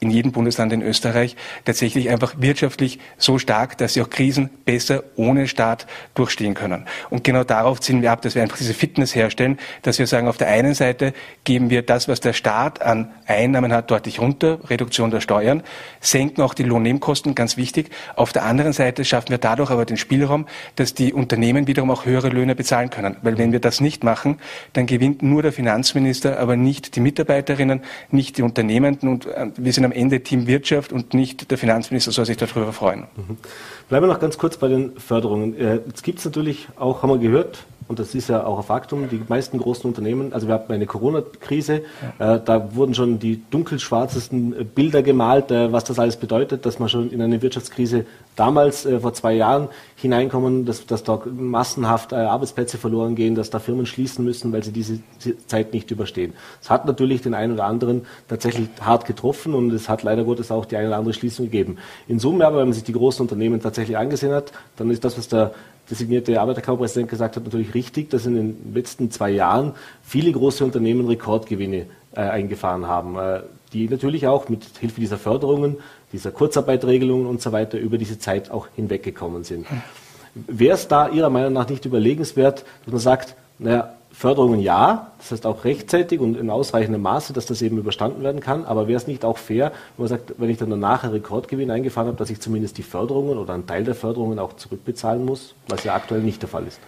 in jedem Bundesland in Österreich tatsächlich einfach wirtschaftlich so stark, dass sie auch Krisen besser ohne Staat durchstehen können. Und genau darauf zielen wir ab, dass wir einfach diese Fitness herstellen, dass wir sagen, auf der einen Seite geben wir das, was der Staat an Einnahmen hat, deutlich runter, Reduktion der Steuern, senken auch die Lohnnebenkosten, ganz wichtig. Auf der anderen Seite schaffen wir dadurch aber den Spielraum, dass die Unternehmen wiederum auch höhere Löhne bezahlen können. Weil wenn wir das nicht machen, dann gewinnt nur der Finanzminister, aber nicht die Mitarbeiterinnen, nicht die Unternehmenden, und wir sind am Ende Team Wirtschaft und nicht der Finanzminister soll sich darüber freuen. Mhm. Bleiben wir noch ganz kurz bei den Förderungen. Jetzt gibt es natürlich auch, haben wir gehört, und das ist ja auch ein Faktum, die meisten großen Unternehmen, also wir hatten eine Corona-Krise, ja. äh, da wurden schon die dunkelschwarzesten Bilder gemalt, äh, was das alles bedeutet, dass man schon in eine Wirtschaftskrise damals, äh, vor zwei Jahren, hineinkommen, dass, dass da massenhaft äh, Arbeitsplätze verloren gehen, dass da Firmen schließen müssen, weil sie diese Zeit nicht überstehen. Es hat natürlich den einen oder anderen tatsächlich hart getroffen und es hat leider Gottes auch die eine oder andere Schließung gegeben. In Summe aber, wenn man sich die großen Unternehmen tatsächlich angesehen hat, dann ist das, was der designierte Arbeiterkammerpräsident gesagt hat, natürlich richtig, dass in den letzten zwei Jahren viele große Unternehmen Rekordgewinne äh, eingefahren haben, äh, die natürlich auch mit Hilfe dieser Förderungen, dieser Kurzarbeitregelungen und so weiter über diese Zeit auch hinweggekommen sind. Wäre es da Ihrer Meinung nach nicht überlegenswert, dass man sagt, naja, Förderungen ja, das heißt auch rechtzeitig und in ausreichendem Maße, dass das eben überstanden werden kann, aber wäre es nicht auch fair, wenn man sagt, wenn ich dann danach einen Rekordgewinn eingefahren habe, dass ich zumindest die Förderungen oder einen Teil der Förderungen auch zurückbezahlen muss, was ja aktuell nicht der Fall ist?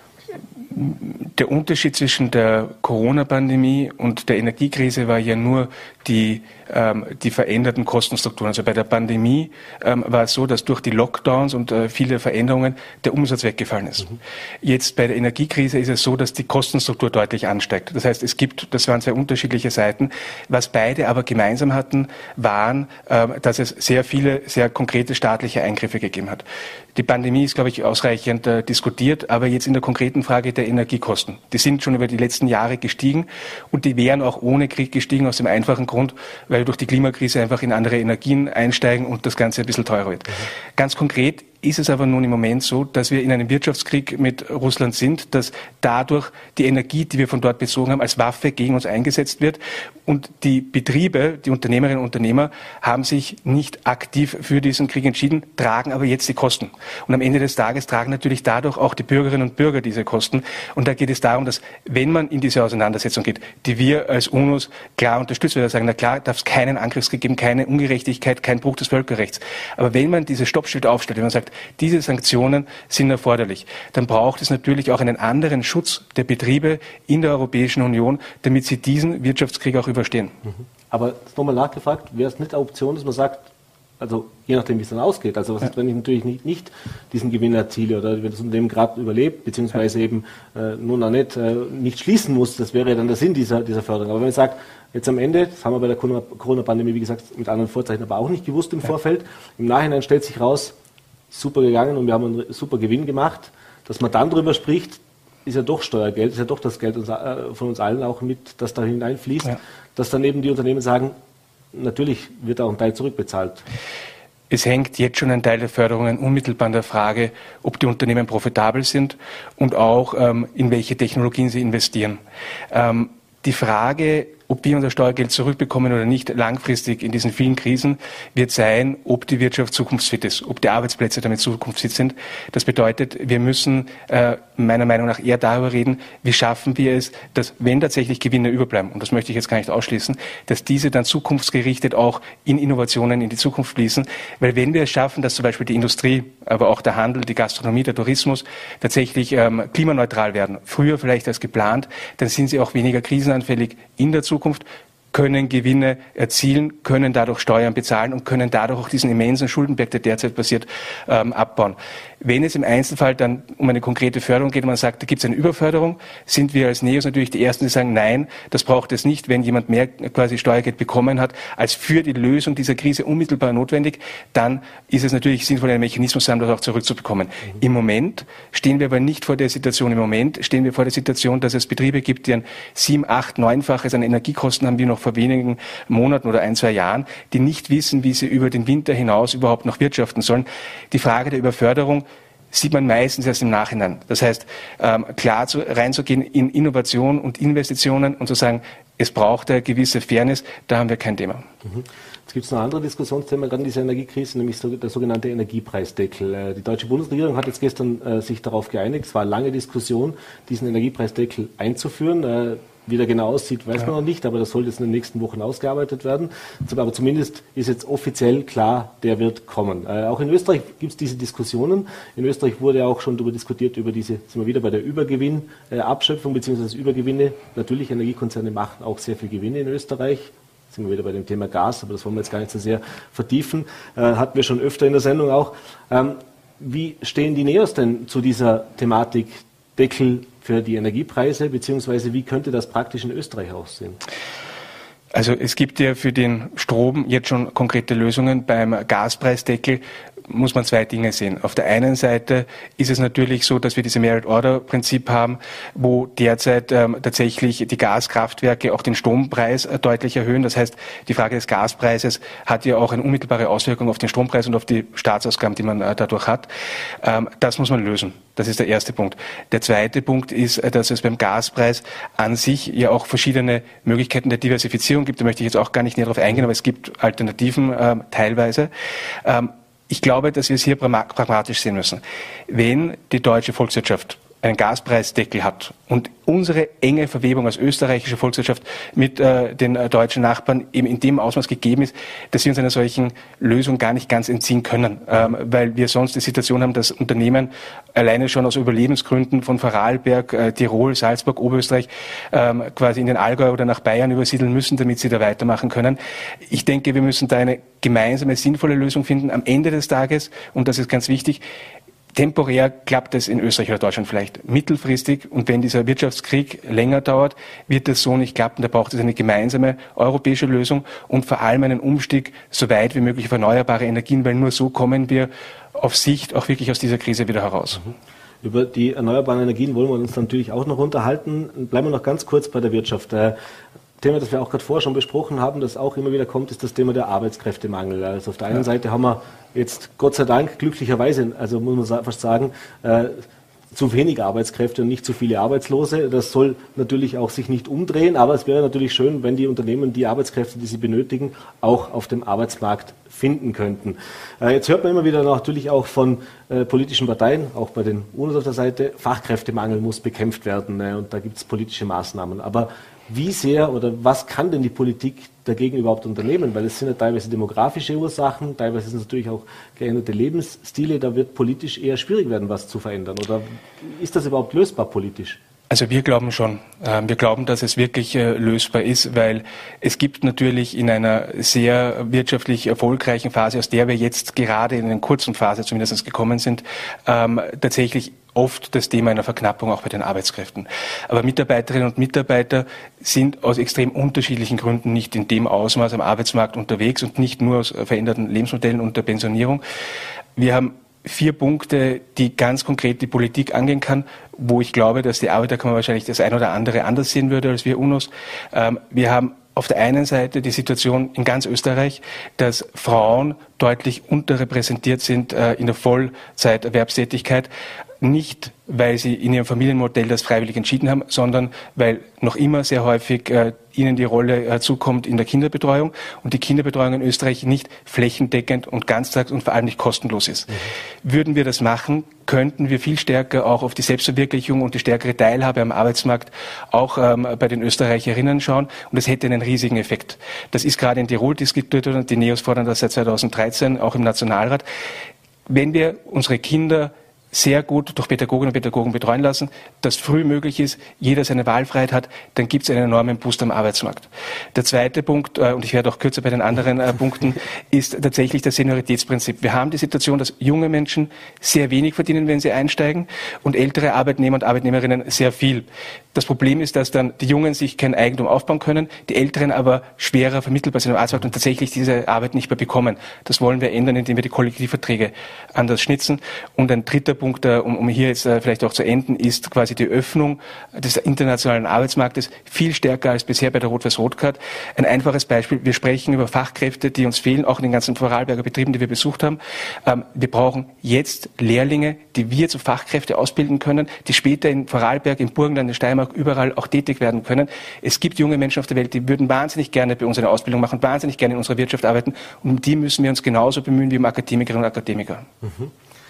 Der Unterschied zwischen der Corona-Pandemie und der Energiekrise war ja nur die, ähm, die veränderten Kostenstrukturen. Also bei der Pandemie ähm, war es so, dass durch die Lockdowns und äh, viele Veränderungen der Umsatz weggefallen ist. Mhm. Jetzt bei der Energiekrise ist es so, dass die Kostenstruktur deutlich ansteigt. Das heißt, es gibt, das waren zwei unterschiedliche Seiten. Was beide aber gemeinsam hatten, waren, äh, dass es sehr viele, sehr konkrete staatliche Eingriffe gegeben hat. Die Pandemie ist, glaube ich, ausreichend äh, diskutiert, aber jetzt in der konkreten Frage der Energiekosten. Die sind schon über die letzten Jahre gestiegen und die wären auch ohne Krieg gestiegen aus dem einfachen Grund, weil durch die Klimakrise einfach in andere Energien einsteigen und das Ganze ein bisschen teurer wird. Mhm. Ganz konkret ist es aber nun im Moment so, dass wir in einem Wirtschaftskrieg mit Russland sind, dass dadurch die Energie, die wir von dort bezogen haben, als Waffe gegen uns eingesetzt wird. Und die Betriebe, die Unternehmerinnen und Unternehmer haben sich nicht aktiv für diesen Krieg entschieden, tragen aber jetzt die Kosten. Und am Ende des Tages tragen natürlich dadurch auch die Bürgerinnen und Bürger diese Kosten. Und da geht es darum, dass wenn man in diese Auseinandersetzung geht, die wir als UNOS klar unterstützen, wir sagen, na klar, darf es keinen Angriffskrieg geben, keine Ungerechtigkeit, kein Bruch des Völkerrechts. Aber wenn man dieses Stoppschild aufstellt, wenn man sagt, diese Sanktionen sind erforderlich, dann braucht es natürlich auch einen anderen Schutz der Betriebe in der Europäischen Union, damit sie diesen Wirtschaftskrieg auch überstehen. Aber nochmal nachgefragt, wäre es nicht eine Option, dass man sagt, also je nachdem, wie es dann ausgeht, also was ist, wenn ich natürlich nicht, nicht diesen Gewinn erziele oder wenn das Unternehmen gerade überlebt, beziehungsweise eben äh, nun auch nicht, äh, nicht schließen muss, das wäre dann der Sinn dieser, dieser Förderung. Aber wenn man sagt, jetzt am Ende, das haben wir bei der Corona-Pandemie, wie gesagt, mit anderen Vorzeichen aber auch nicht gewusst im Vorfeld, im Nachhinein stellt sich raus, super gegangen und wir haben einen super Gewinn gemacht, dass man dann darüber spricht, ist ja doch Steuergeld, ist ja doch das Geld von uns allen auch mit, das da hineinfließt, ja. Dass dann eben die Unternehmen sagen, natürlich wird auch ein Teil zurückbezahlt. Es hängt jetzt schon ein Teil der Förderungen unmittelbar an der Frage, ob die Unternehmen profitabel sind und auch ähm, in welche Technologien sie investieren. Ähm, die Frage, ob wir unser Steuergeld zurückbekommen oder nicht, langfristig in diesen vielen Krisen, wird sein, ob die Wirtschaft zukunftsfit ist, ob die Arbeitsplätze damit zukunftsfit sind. Das bedeutet, wir müssen äh, meiner Meinung nach eher darüber reden, wie schaffen wir es, dass, wenn tatsächlich Gewinne überbleiben, und das möchte ich jetzt gar nicht ausschließen, dass diese dann zukunftsgerichtet auch in Innovationen in die Zukunft fließen. Weil wenn wir es schaffen, dass zum Beispiel die Industrie, aber auch der Handel, die Gastronomie, der Tourismus tatsächlich ähm, klimaneutral werden, früher vielleicht als geplant, dann sind sie auch weniger krisenanfällig in der Zukunft. Zukunft, können Gewinne erzielen, können dadurch Steuern bezahlen und können dadurch auch diesen immensen Schuldenberg, der derzeit passiert, ähm, abbauen. Wenn es im Einzelfall dann um eine konkrete Förderung geht und man sagt, da gibt es eine Überförderung, sind wir als NEOS natürlich die Ersten, die sagen, nein, das braucht es nicht, wenn jemand mehr quasi Steuergeld bekommen hat, als für die Lösung dieser Krise unmittelbar notwendig, dann ist es natürlich sinnvoll, einen Mechanismus zu haben, das auch zurückzubekommen. Mhm. Im Moment stehen wir aber nicht vor der Situation, im Moment stehen wir vor der Situation, dass es Betriebe gibt, die ein sieben, acht, neunfaches an Energiekosten haben, wie noch vor wenigen Monaten oder ein, zwei Jahren, die nicht wissen, wie sie über den Winter hinaus überhaupt noch wirtschaften sollen. Die Frage der Überförderung sieht man meistens erst im Nachhinein. Das heißt, ähm, klar zu, reinzugehen in Innovation und Investitionen und zu sagen, es braucht eine gewisse Fairness, da haben wir kein Thema. Mhm. Jetzt gibt es noch ein anderes Diskussionsthema gerade in dieser Energiekrise, nämlich der sogenannte Energiepreisdeckel. Die deutsche Bundesregierung hat jetzt gestern äh, sich darauf geeinigt, es war eine lange Diskussion, diesen Energiepreisdeckel einzuführen. Äh, Wie der genau aussieht, weiß ja. man noch nicht, aber das soll jetzt in den nächsten Wochen ausgearbeitet werden. Aber zumindest ist jetzt offiziell klar, der wird kommen. Äh, auch in Österreich gibt es diese Diskussionen. In Österreich wurde auch schon darüber diskutiert, über diese, sind wir wieder bei der Übergewinnabschöpfung äh, bzw. Übergewinne. Natürlich, Energiekonzerne machen auch sehr viel Gewinne in Österreich. Sind wir wieder bei dem Thema Gas, aber das wollen wir jetzt gar nicht so sehr vertiefen. Äh, hatten wir schon öfter in der Sendung auch. Ähm, wie stehen die Neos denn zu dieser Thematik Deckel für die Energiepreise, beziehungsweise wie könnte das praktisch in Österreich aussehen? Also es gibt ja für den Strom jetzt schon konkrete Lösungen. Beim Gaspreisdeckel muss man zwei Dinge sehen. Auf der einen Seite ist es natürlich so, dass wir diese Merit-Order-Prinzip haben, wo derzeit ähm, tatsächlich die Gaskraftwerke auch den Strompreis äh, deutlich erhöhen. Das heißt, die Frage des Gaspreises hat ja auch eine unmittelbare Auswirkung auf den Strompreis und auf die Staatsausgaben, die man äh, dadurch hat. Ähm, das muss man lösen. Das ist der erste Punkt. Der zweite Punkt ist, äh, dass es beim Gaspreis an sich ja auch verschiedene Möglichkeiten der Diversifizierung gibt. Da möchte ich jetzt auch gar nicht näher darauf eingehen, aber es gibt Alternativen äh, teilweise. Ähm, Ich glaube, dass wir es hier pragmatisch sehen müssen. Wenn die deutsche Volkswirtschaft einen Gaspreisdeckel hat und unsere enge Verwebung als österreichische Volkswirtschaft mit äh, den äh, deutschen Nachbarn eben in dem Ausmaß gegeben ist, dass wir uns einer solchen Lösung gar nicht ganz entziehen können, ähm, weil wir sonst die Situation haben, dass Unternehmen alleine schon aus Überlebensgründen von Vorarlberg, äh, Tirol, Salzburg, Oberösterreich ähm, quasi in den Allgäu oder nach Bayern übersiedeln müssen, damit sie da weitermachen können. Ich denke, wir müssen da eine gemeinsame, sinnvolle Lösung finden. Am Ende des Tages, und das ist ganz wichtig, temporär klappt es in Österreich oder Deutschland vielleicht mittelfristig, und wenn dieser Wirtschaftskrieg länger dauert, wird das so nicht klappen. Da braucht es eine gemeinsame europäische Lösung und vor allem einen Umstieg so weit wie möglich auf erneuerbare Energien, weil nur so kommen wir auf Sicht auch wirklich aus dieser Krise wieder heraus. Mhm. Über die erneuerbaren Energien wollen wir uns natürlich auch noch unterhalten. Bleiben wir noch ganz kurz bei der Wirtschaft. Thema, das wir auch gerade vorher schon besprochen haben, das auch immer wieder kommt, ist das Thema der Arbeitskräftemangel. Also auf der einen ja. Seite haben wir jetzt Gott sei Dank glücklicherweise, also muss man fast sagen, äh, zu wenig Arbeitskräfte und nicht zu viele Arbeitslose. Das soll natürlich auch sich nicht umdrehen, aber es wäre natürlich schön, wenn die Unternehmen die Arbeitskräfte, die sie benötigen, auch auf dem Arbeitsmarkt finden könnten. Äh, jetzt hört man immer wieder natürlich auch von äh, politischen Parteien, auch bei den U N O S auf der Seite, Fachkräftemangel muss bekämpft werden äh, und da gibt es politische Maßnahmen. Aber wie sehr oder was kann denn die Politik dagegen überhaupt unternehmen? Weil es sind ja teilweise demografische Ursachen, teilweise sind es natürlich auch geänderte Lebensstile. Da wird politisch eher schwierig werden, was zu verändern. Oder ist das überhaupt lösbar politisch? Also wir glauben schon. Wir glauben, dass es wirklich lösbar ist, weil es gibt natürlich in einer sehr wirtschaftlich erfolgreichen Phase, aus der wir jetzt gerade in einer kurzen Phase zumindest gekommen sind, tatsächlich oft das Thema einer Verknappung auch bei den Arbeitskräften. Aber Mitarbeiterinnen und Mitarbeiter sind aus extrem unterschiedlichen Gründen nicht in dem Ausmaß am Arbeitsmarkt unterwegs und nicht nur aus veränderten Lebensmodellen und der Pensionierung. Wir haben vier Punkte, die ganz konkret die Politik angehen kann, wo ich glaube, dass die Arbeiterkammer wahrscheinlich das ein oder andere anders sehen würde als wir U N O S. Ähm, wir haben auf der einen Seite die Situation in ganz Österreich, dass Frauen deutlich unterrepräsentiert sind äh, in der Vollzeiterwerbstätigkeit. Nicht, weil sie in ihrem Familienmodell das freiwillig entschieden haben, sondern weil noch immer sehr häufig äh, ihnen die Rolle äh, zukommt in der Kinderbetreuung und die Kinderbetreuung in Österreich nicht flächendeckend und ganztags und vor allem nicht kostenlos ist. Mhm. Würden wir das machen, könnten wir viel stärker auch auf die Selbstverwirklichung und die stärkere Teilhabe am Arbeitsmarkt auch ähm, bei den Österreicherinnen schauen, und das hätte einen riesigen Effekt. Das ist gerade in Tirol diskutiert worden, die Neos fordern das seit zweitausenddreizehn, auch im Nationalrat. Wenn wir unsere Kinder sehr gut durch Pädagoginnen und Pädagogen betreuen lassen, dass früh möglich ist, jeder seine Wahlfreiheit hat, dann gibt es einen enormen Boost am Arbeitsmarkt. Der zweite Punkt, äh, und ich werde auch kürzer bei den anderen äh, Punkten, ist tatsächlich das Senioritätsprinzip. Wir haben die Situation, dass junge Menschen sehr wenig verdienen, wenn sie einsteigen, und ältere Arbeitnehmer und Arbeitnehmerinnen sehr viel. Das Problem ist, dass dann die Jungen sich kein Eigentum aufbauen können, die Älteren aber schwerer vermittelbar sind am Arbeitsmarkt und tatsächlich diese Arbeit nicht mehr bekommen. Das wollen wir ändern, indem wir die Kollektivverträge anders schnitzen. Und ein dritter Punkt, Punkt, um, um hier jetzt vielleicht auch zu enden, ist quasi die Öffnung des internationalen Arbeitsmarktes viel stärker als bisher bei der Rot-Weiß-Rot-Card. Ein einfaches Beispiel, wir sprechen über Fachkräfte, die uns fehlen, auch in den ganzen Vorarlberger Betrieben, die wir besucht haben. Wir brauchen jetzt Lehrlinge, die wir zu Fachkräfte ausbilden können, die später in Vorarlberg, in Burgenland, in Steiermark, überall auch tätig werden können. Es gibt junge Menschen auf der Welt, die würden wahnsinnig gerne bei uns eine Ausbildung machen, wahnsinnig gerne in unserer Wirtschaft arbeiten. Und um die müssen wir uns genauso bemühen wie um Akademikerinnen und Akademiker. Mhm.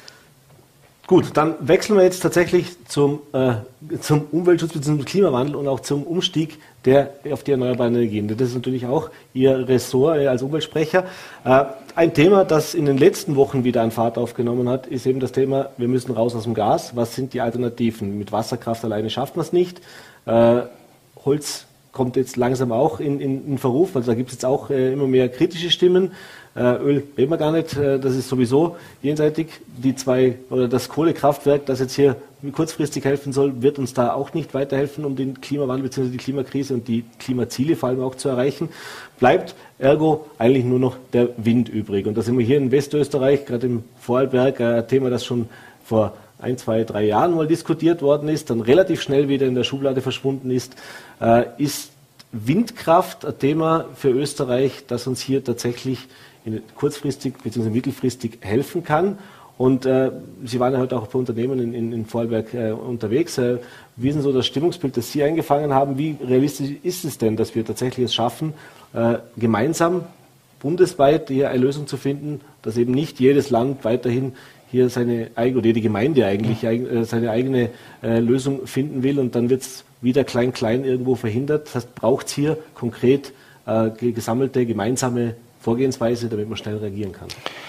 Gut, dann wechseln wir jetzt tatsächlich zum, äh, zum Umweltschutz bzw. zum Klimawandel und auch zum Umstieg der, auf die erneuerbaren Energien. Das ist natürlich auch Ihr Ressort äh, als Umweltsprecher. Äh, ein Thema, das in den letzten Wochen wieder an Fahrt aufgenommen hat, ist eben das Thema, wir müssen raus aus dem Gas. Was sind die Alternativen? Mit Wasserkraft alleine schafft man es nicht. Äh, Holz kommt jetzt langsam auch in, in, in Verruf, also da gibt es jetzt auch äh, immer mehr kritische Stimmen. Äh, Öl reden wir gar nicht, äh, das ist sowieso jenseitig. Die zwei oder das Kohlekraftwerk, das jetzt hier kurzfristig helfen soll, wird uns da auch nicht weiterhelfen, um den Klimawandel bzw. die Klimakrise und die Klimaziele vor allem auch zu erreichen. Bleibt ergo eigentlich nur noch der Wind übrig. Und da sind wir hier in Westösterreich, gerade im Vorarlberg, ein Thema, das schon vor ein, zwei, drei Jahren mal diskutiert worden ist, dann relativ schnell wieder in der Schublade verschwunden ist, äh, ist Windkraft ein Thema für Österreich, das uns hier tatsächlich in, kurzfristig bzw. mittelfristig helfen kann. Und äh, Sie waren ja heute auch bei Unternehmen in, in, in Vorarlberg äh, unterwegs. Äh, wie ist denn so das Stimmungsbild, das Sie eingefangen haben? Wie realistisch ist es denn, dass wir tatsächlich es schaffen, äh, gemeinsam bundesweit hier eine Lösung zu finden, dass eben nicht jedes Land weiterhin hier seine eigene, oder jede Gemeinde eigentlich äh, seine eigene äh, Lösung finden will und dann wird es wieder klein-klein irgendwo verhindert. Das heißt, braucht es hier konkret äh, gesammelte, gemeinsame Vorgehensweise, damit man schnell reagieren kann.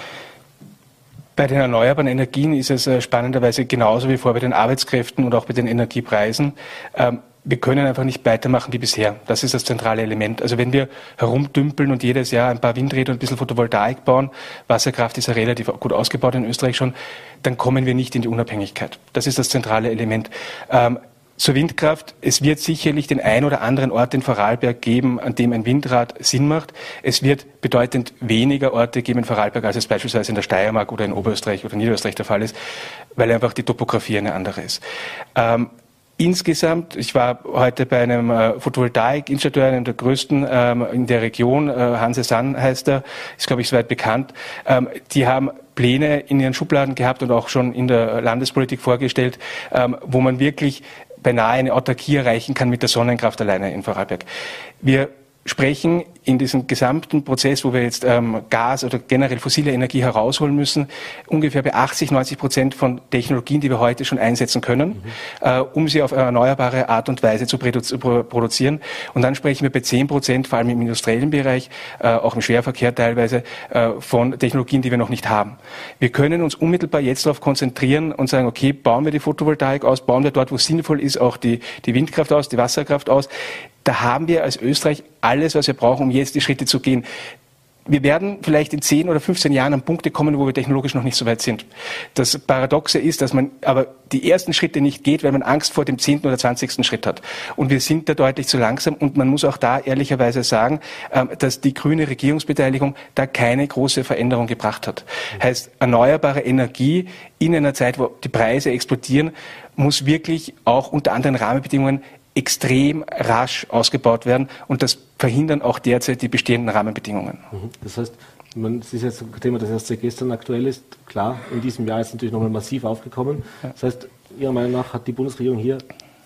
Bei den erneuerbaren Energien ist es äh, spannenderweise genauso wie vor bei den Arbeitskräften und auch bei den Energiepreisen. Ähm, Wir können einfach nicht weitermachen wie bisher. Das ist das zentrale Element. Also wenn wir herumdümpeln und jedes Jahr ein paar Windräder und ein bisschen Photovoltaik bauen, Wasserkraft ist ja relativ gut ausgebaut in Österreich schon, dann kommen wir nicht in die Unabhängigkeit. Das ist das zentrale Element. Ähm, zur Windkraft, es wird sicherlich den ein oder anderen Ort in Vorarlberg geben, an dem ein Windrad Sinn macht. Es wird bedeutend weniger Orte geben in Vorarlberg, als es beispielsweise in der Steiermark oder in Oberösterreich oder Niederösterreich der Fall ist, weil einfach die Topografie eine andere ist. Ähm, Insgesamt, ich war heute bei einem äh, Photovoltaik-Installateur, einem der größten ähm, in der Region, äh, Hanse San heißt er, ist glaube ich soweit bekannt. Ähm, die haben Pläne in ihren Schubladen gehabt und auch schon in der Landespolitik vorgestellt, ähm, wo man wirklich beinahe eine Autarkie erreichen kann mit der Sonnenkraft alleine in Vorarlberg. Wir sprechen in diesem gesamten Prozess, wo wir jetzt ähm, Gas oder generell fossile Energie herausholen müssen, ungefähr bei achtzig, neunzig Prozent von Technologien, die wir heute schon einsetzen können, mhm. äh, um sie auf eine erneuerbare Art und Weise zu produzieren. Und dann sprechen wir bei zehn Prozent, vor allem im industriellen Bereich, äh, auch im Schwerverkehr teilweise, äh, von Technologien, die wir noch nicht haben. Wir können uns unmittelbar jetzt darauf konzentrieren und sagen, okay, bauen wir die Photovoltaik aus, bauen wir dort, wo es sinnvoll ist, auch die, die Windkraft aus, die Wasserkraft aus. Da haben wir als Österreich alles, was wir brauchen, um jetzt die Schritte zu gehen. Wir werden vielleicht in zehn oder fünfzehn Jahren an Punkte kommen, wo wir technologisch noch nicht so weit sind. Das Paradoxe ist, dass man aber die ersten Schritte nicht geht, weil man Angst vor dem zehnten oder zwanzigsten Schritt hat. Und wir sind da deutlich zu langsam. Und man muss auch da ehrlicherweise sagen, dass die grüne Regierungsbeteiligung da keine große Veränderung gebracht hat. Heißt, erneuerbare Energie in einer Zeit, wo die Preise explodieren, muss wirklich auch unter anderen Rahmenbedingungen extrem rasch ausgebaut werden und das verhindern auch derzeit die bestehenden Rahmenbedingungen. Das heißt, man, das ist jetzt ein Thema, das erst seit gestern aktuell ist. Klar, in diesem Jahr ist es natürlich nochmal massiv aufgekommen. Das heißt, Ihrer Meinung nach hat die Bundesregierung hier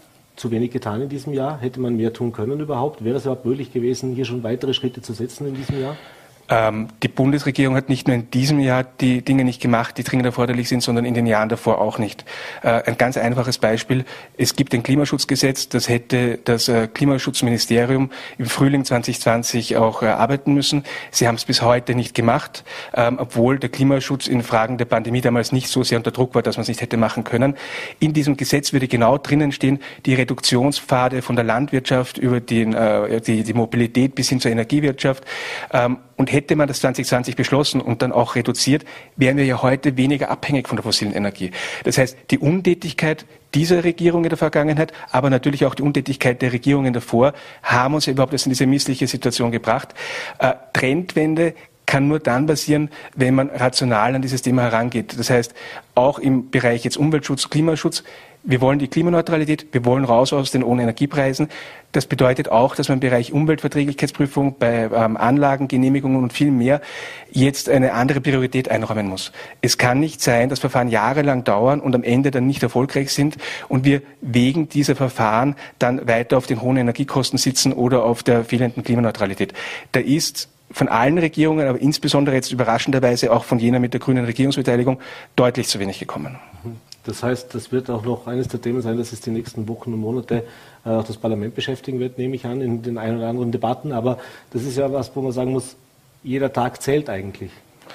zu wenig getan in diesem Jahr? Hätte man mehr tun können überhaupt? Wäre es überhaupt möglich gewesen, hier schon weitere Schritte zu setzen in diesem Jahr? Ähm, die Bundesregierung hat nicht nur in diesem Jahr die Dinge nicht gemacht, die dringend erforderlich sind, sondern in den Jahren davor auch nicht. Äh, ein ganz einfaches Beispiel. Es gibt ein Klimaschutzgesetz, das hätte das äh, Klimaschutzministerium im Frühling zwanzig zwanzig auch erarbeiten müssen. Sie haben es bis heute nicht gemacht, ähm, obwohl der Klimaschutz in Fragen der Pandemie damals nicht so sehr unter Druck war, dass man es nicht hätte machen können. In diesem Gesetz würde genau drinnen stehen, die Reduktionspfade von der Landwirtschaft über den, äh, die, die Mobilität bis hin zur Energiewirtschaft. Ähm, Und hätte man das zwanzig zwanzig beschlossen und dann auch reduziert, wären wir ja heute weniger abhängig von der fossilen Energie. Das heißt, die Untätigkeit dieser Regierung in der Vergangenheit, aber natürlich auch die Untätigkeit der Regierungen davor, haben uns ja überhaupt erst in diese missliche Situation gebracht. Äh, Trendwende kann nur dann passieren, wenn man rational an dieses Thema herangeht. Das heißt, auch im Bereich jetzt Umweltschutz, Klimaschutz, wir wollen die Klimaneutralität, wir wollen raus aus den hohen Energiepreisen. Das bedeutet auch, dass man im Bereich Umweltverträglichkeitsprüfung, bei ähm, Anlagengenehmigungen und viel mehr jetzt eine andere Priorität einräumen muss. Es kann nicht sein, dass Verfahren jahrelang dauern und am Ende dann nicht erfolgreich sind und wir wegen dieser Verfahren dann weiter auf den hohen Energiekosten sitzen oder auf der fehlenden Klimaneutralität. Da ist von allen Regierungen, aber insbesondere jetzt überraschenderweise auch von jener mit der grünen Regierungsbeteiligung deutlich zu wenig gekommen. Das heißt, das wird auch noch eines der Themen sein, dass es die nächsten Wochen und Monate äh, auch das Parlament beschäftigen wird, nehme ich an, in den ein oder anderen Debatten. Aber das ist ja was, wo man sagen muss, jeder Tag zählt eigentlich.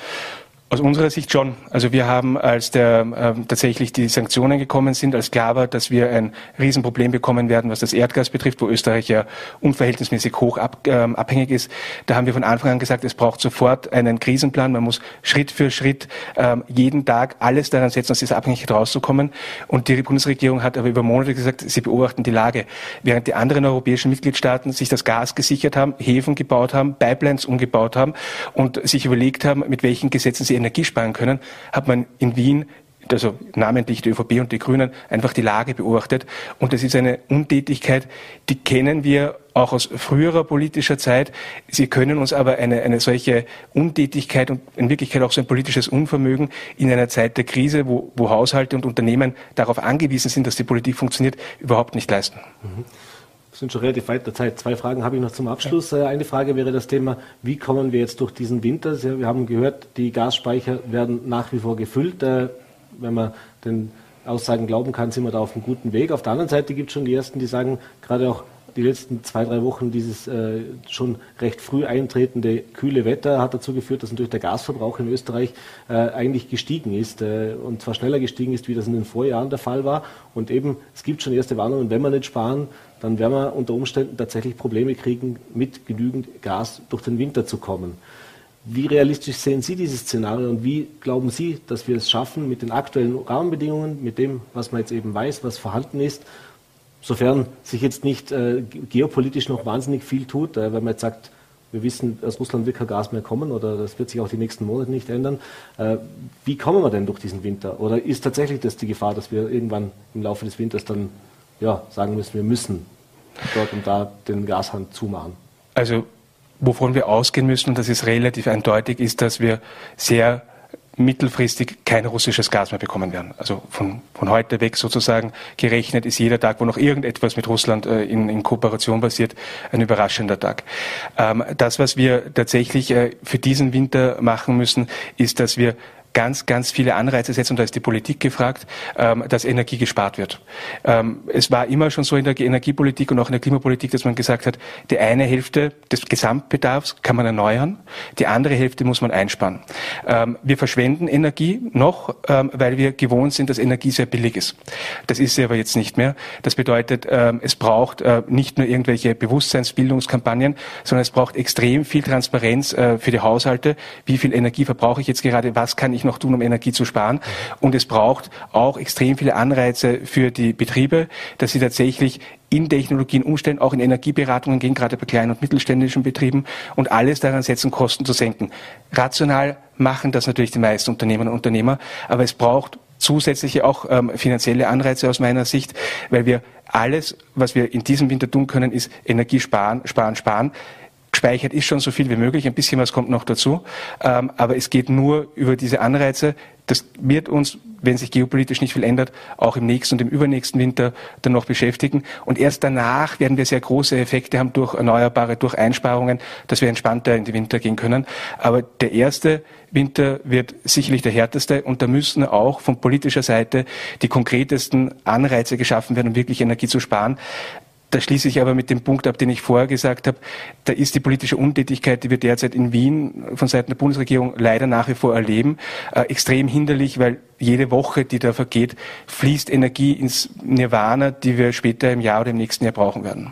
Aus unserer Sicht schon. Also wir haben, als der, äh, tatsächlich die Sanktionen gekommen sind, als klar war, dass wir ein Riesenproblem bekommen werden, was das Erdgas betrifft, wo Österreich ja unverhältnismäßig hoch ab, äh, abhängig ist. Da haben wir von Anfang an gesagt, es braucht sofort einen Krisenplan. Man muss Schritt für Schritt äh, jeden Tag alles daran setzen, aus dieser Abhängigkeit rauszukommen. Und die Bundesregierung hat aber über Monate gesagt, sie beobachten die Lage. Während die anderen europäischen Mitgliedstaaten sich das Gas gesichert haben, Häfen gebaut haben, Pipelines umgebaut haben und sich überlegt haben, mit welchen Gesetzen sie Energie sparen können, hat man in Wien, also namentlich die ÖVP und die Grünen, einfach die Lage beobachtet. Und das ist eine Untätigkeit, die kennen wir auch aus früherer politischer Zeit. Sie können uns aber eine, eine solche Untätigkeit und in Wirklichkeit auch so ein politisches Unvermögen in einer Zeit der Krise, wo, wo Haushalte und Unternehmen darauf angewiesen sind, dass die Politik funktioniert, überhaupt nicht leisten. Mhm. Wir sind schon relativ weit der Zeit. Zwei Fragen habe ich noch zum Abschluss. Ja. Eine Frage wäre das Thema, wie kommen wir jetzt durch diesen Winter? Wir haben gehört, die Gasspeicher werden nach wie vor gefüllt. Wenn man den Aussagen glauben kann, sind wir da auf einem guten Weg. Auf der anderen Seite gibt es schon die Ersten, die sagen, gerade auch die letzten zwei, drei Wochen dieses äh, schon recht früh eintretende kühle Wetter hat dazu geführt, dass natürlich der Gasverbrauch in Österreich äh, eigentlich gestiegen ist äh, und zwar schneller gestiegen ist, wie das in den Vorjahren der Fall war. Und eben, es gibt schon erste Warnungen, wenn wir nicht sparen, dann werden wir unter Umständen tatsächlich Probleme kriegen, mit genügend Gas durch den Winter zu kommen. Wie realistisch sehen Sie dieses Szenario und wie glauben Sie, dass wir es schaffen, mit den aktuellen Rahmenbedingungen, mit dem, was man jetzt eben weiß, was vorhanden ist, sofern sich jetzt nicht äh, geopolitisch noch wahnsinnig viel tut, äh, wenn man jetzt sagt, wir wissen, aus Russland wird kein Gas mehr kommen oder das wird sich auch die nächsten Monate nicht ändern. Äh, wie kommen wir denn durch diesen Winter? Oder ist tatsächlich das die Gefahr, dass wir irgendwann im Laufe des Winters dann ja, sagen müssen, wir müssen dort und da den Gashahn zumachen? Also wovon wir ausgehen müssen, und das ist relativ eindeutig, ist, dass wir sehr mittelfristig kein russisches Gas mehr bekommen werden. Also von, von heute weg sozusagen gerechnet ist jeder Tag, wo noch irgendetwas mit Russland äh, in, in Kooperation passiert, ein überraschender Tag. Ähm, das, was wir tatsächlich äh, für diesen Winter machen müssen, ist, dass wir ganz, ganz viele Anreize setzen, und da ist die Politik gefragt, ähm, dass Energie gespart wird. Ähm, es war immer schon so in der Energiepolitik und auch in der Klimapolitik, dass man gesagt hat, die eine Hälfte des Gesamtbedarfs kann man erneuern, die andere Hälfte muss man einsparen. Ähm, wir verschwenden Energie noch, ähm, weil wir gewohnt sind, dass Energie sehr billig ist. Das ist sie aber jetzt nicht mehr. Das bedeutet, ähm, es braucht äh, nicht nur irgendwelche Bewusstseinsbildungskampagnen, sondern es braucht extrem viel Transparenz äh, für die Haushalte. Wie viel Energie verbrauche ich jetzt gerade? Was kann ich noch tun, um Energie zu sparen? Und es braucht auch extrem viele Anreize für die Betriebe, dass sie tatsächlich in Technologien umstellen, auch in Energieberatungen gehen, gerade bei kleinen und mittelständischen Betrieben, und alles daran setzen, Kosten zu senken. Rational machen das natürlich die meisten Unternehmerinnen und Unternehmer, aber es braucht zusätzliche auch ähm, finanzielle Anreize aus meiner Sicht, weil wir alles, was wir in diesem Winter tun können, ist Energie sparen, sparen, sparen. Gespeichert ist schon so viel wie möglich, ein bisschen was kommt noch dazu, ähm, aber es geht nur über diese Anreize. Das wird uns, wenn sich geopolitisch nicht viel ändert, auch im nächsten und im übernächsten Winter dann noch beschäftigen. Und erst danach werden wir sehr große Effekte haben durch Erneuerbare, durch Einsparungen, dass wir entspannter in den Winter gehen können. Aber der erste Winter wird sicherlich der härteste, und da müssen auch von politischer Seite die konkretesten Anreize geschaffen werden, um wirklich Energie zu sparen. Da schließe ich aber mit dem Punkt ab, den ich vorher gesagt habe. Da ist die politische Untätigkeit, die wir derzeit in Wien von Seiten der Bundesregierung leider nach wie vor erleben, äh, extrem hinderlich, weil jede Woche, die da vergeht, fließt Energie ins Nirvana, die wir später im Jahr oder im nächsten Jahr brauchen werden.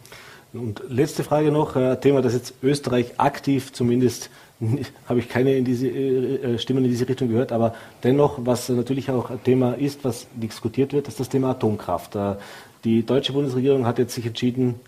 Und letzte Frage noch, ein Thema, das jetzt Österreich aktiv, zumindest habe ich keine in diese, äh, Stimmen in diese Richtung gehört, aber dennoch, was natürlich auch ein Thema ist, was diskutiert wird, ist das Thema Atomkraft. Äh, Die deutsche Bundesregierung hat jetzt sich entschieden,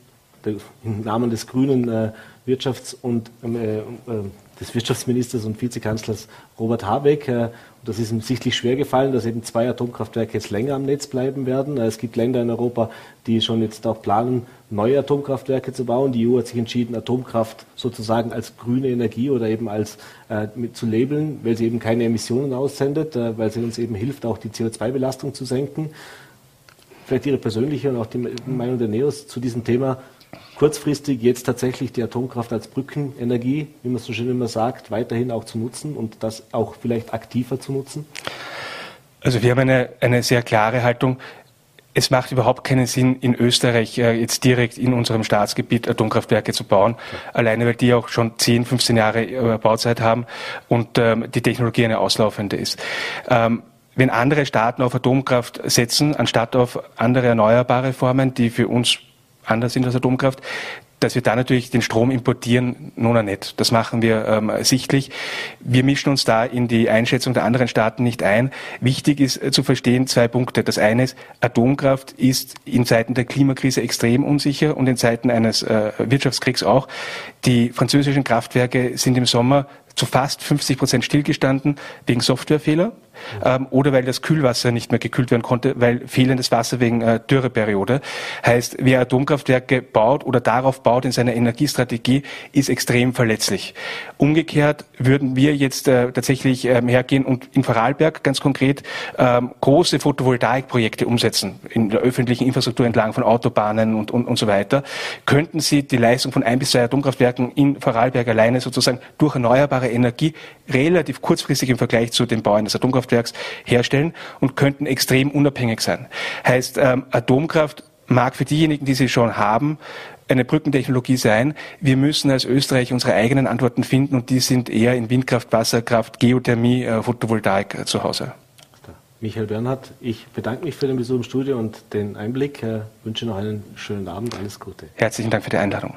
der, im Namen des grünen äh, Wirtschafts- und äh, äh, des Wirtschaftsministers und Vizekanzlers Robert Habeck. Äh, und das ist ihm sichtlich schwer gefallen, dass eben zwei Atomkraftwerke jetzt länger am Netz bleiben werden. Äh, es gibt Länder in Europa, die schon jetzt auch planen, neue Atomkraftwerke zu bauen. Die E U hat sich entschieden, Atomkraft sozusagen als grüne Energie oder eben als äh, mit zu labeln, weil sie eben keine Emissionen aussendet, äh, weil sie uns eben hilft, auch die C O zwei Belastung zu senken. Vielleicht Ihre persönliche und auch die Meinung der NEOS zu diesem Thema. Kurzfristig jetzt tatsächlich die Atomkraft als Brückenenergie, wie man so schön immer sagt, weiterhin auch zu nutzen und das auch vielleicht aktiver zu nutzen? Also wir haben eine, eine sehr klare Haltung. Es macht überhaupt keinen Sinn, in Österreich äh, jetzt direkt in unserem Staatsgebiet Atomkraftwerke zu bauen, ja. Alleine weil die auch schon zehn, fünfzehn Jahre äh, Bauzeit haben und ähm, die Technologie eine auslaufende ist. Ähm, wenn andere Staaten auf Atomkraft setzen, anstatt auf andere erneuerbare Formen, die für uns anders sind als Atomkraft, dass wir da natürlich den Strom importieren, nun nicht. Das machen wir ähm, sichtlich. Wir mischen uns da in die Einschätzung der anderen Staaten nicht ein. Wichtig ist äh, zu verstehen zwei Punkte. Das eine ist, Atomkraft ist in Zeiten der Klimakrise extrem unsicher und in Zeiten eines äh, Wirtschaftskriegs auch. Die französischen Kraftwerke sind im Sommer zu fast fünfzig Prozent stillgestanden wegen Softwarefehler ähm, oder weil das Kühlwasser nicht mehr gekühlt werden konnte, weil fehlendes Wasser wegen äh, Dürreperiode. Heißt, wer Atomkraftwerke baut oder darauf baut in seiner Energiestrategie, ist extrem verletzlich. Umgekehrt würden wir jetzt äh, tatsächlich ähm, hergehen und in Vorarlberg ganz konkret ähm, große Photovoltaikprojekte umsetzen, in der öffentlichen Infrastruktur entlang von Autobahnen und, und, und so weiter. Könnten Sie die Leistung von ein bis zwei Atomkraftwerken in Vorarlberg alleine sozusagen durch erneuerbare Energie relativ kurzfristig im Vergleich zu dem Bau eines Atomkraftwerks herstellen und könnten extrem unabhängig sein. Heißt, ähm, Atomkraft mag für diejenigen, die sie schon haben, eine Brückentechnologie sein. Wir müssen als Österreich unsere eigenen Antworten finden und die sind eher in Windkraft, Wasserkraft, Geothermie, äh, Photovoltaik äh, zu Hause. Michael Bernhard, ich bedanke mich für den Besuch im Studio und den Einblick. Äh, wünsche noch einen schönen Abend, alles Gute. Herzlichen Dank für die Einladung.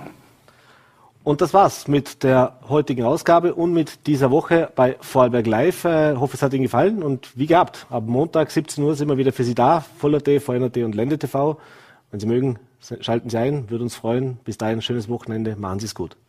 Und das war's mit der heutigen Ausgabe und mit dieser Woche bei Vorarlberg Live. Ich äh, hoffe, es hat Ihnen gefallen und wie gehabt, ab Montag siebzehn Uhr sind wir wieder für Sie da, Voll.at, V N A T und Lende T V. Wenn Sie mögen, schalten Sie ein, würde uns freuen. Bis dahin, schönes Wochenende, machen Sie es gut.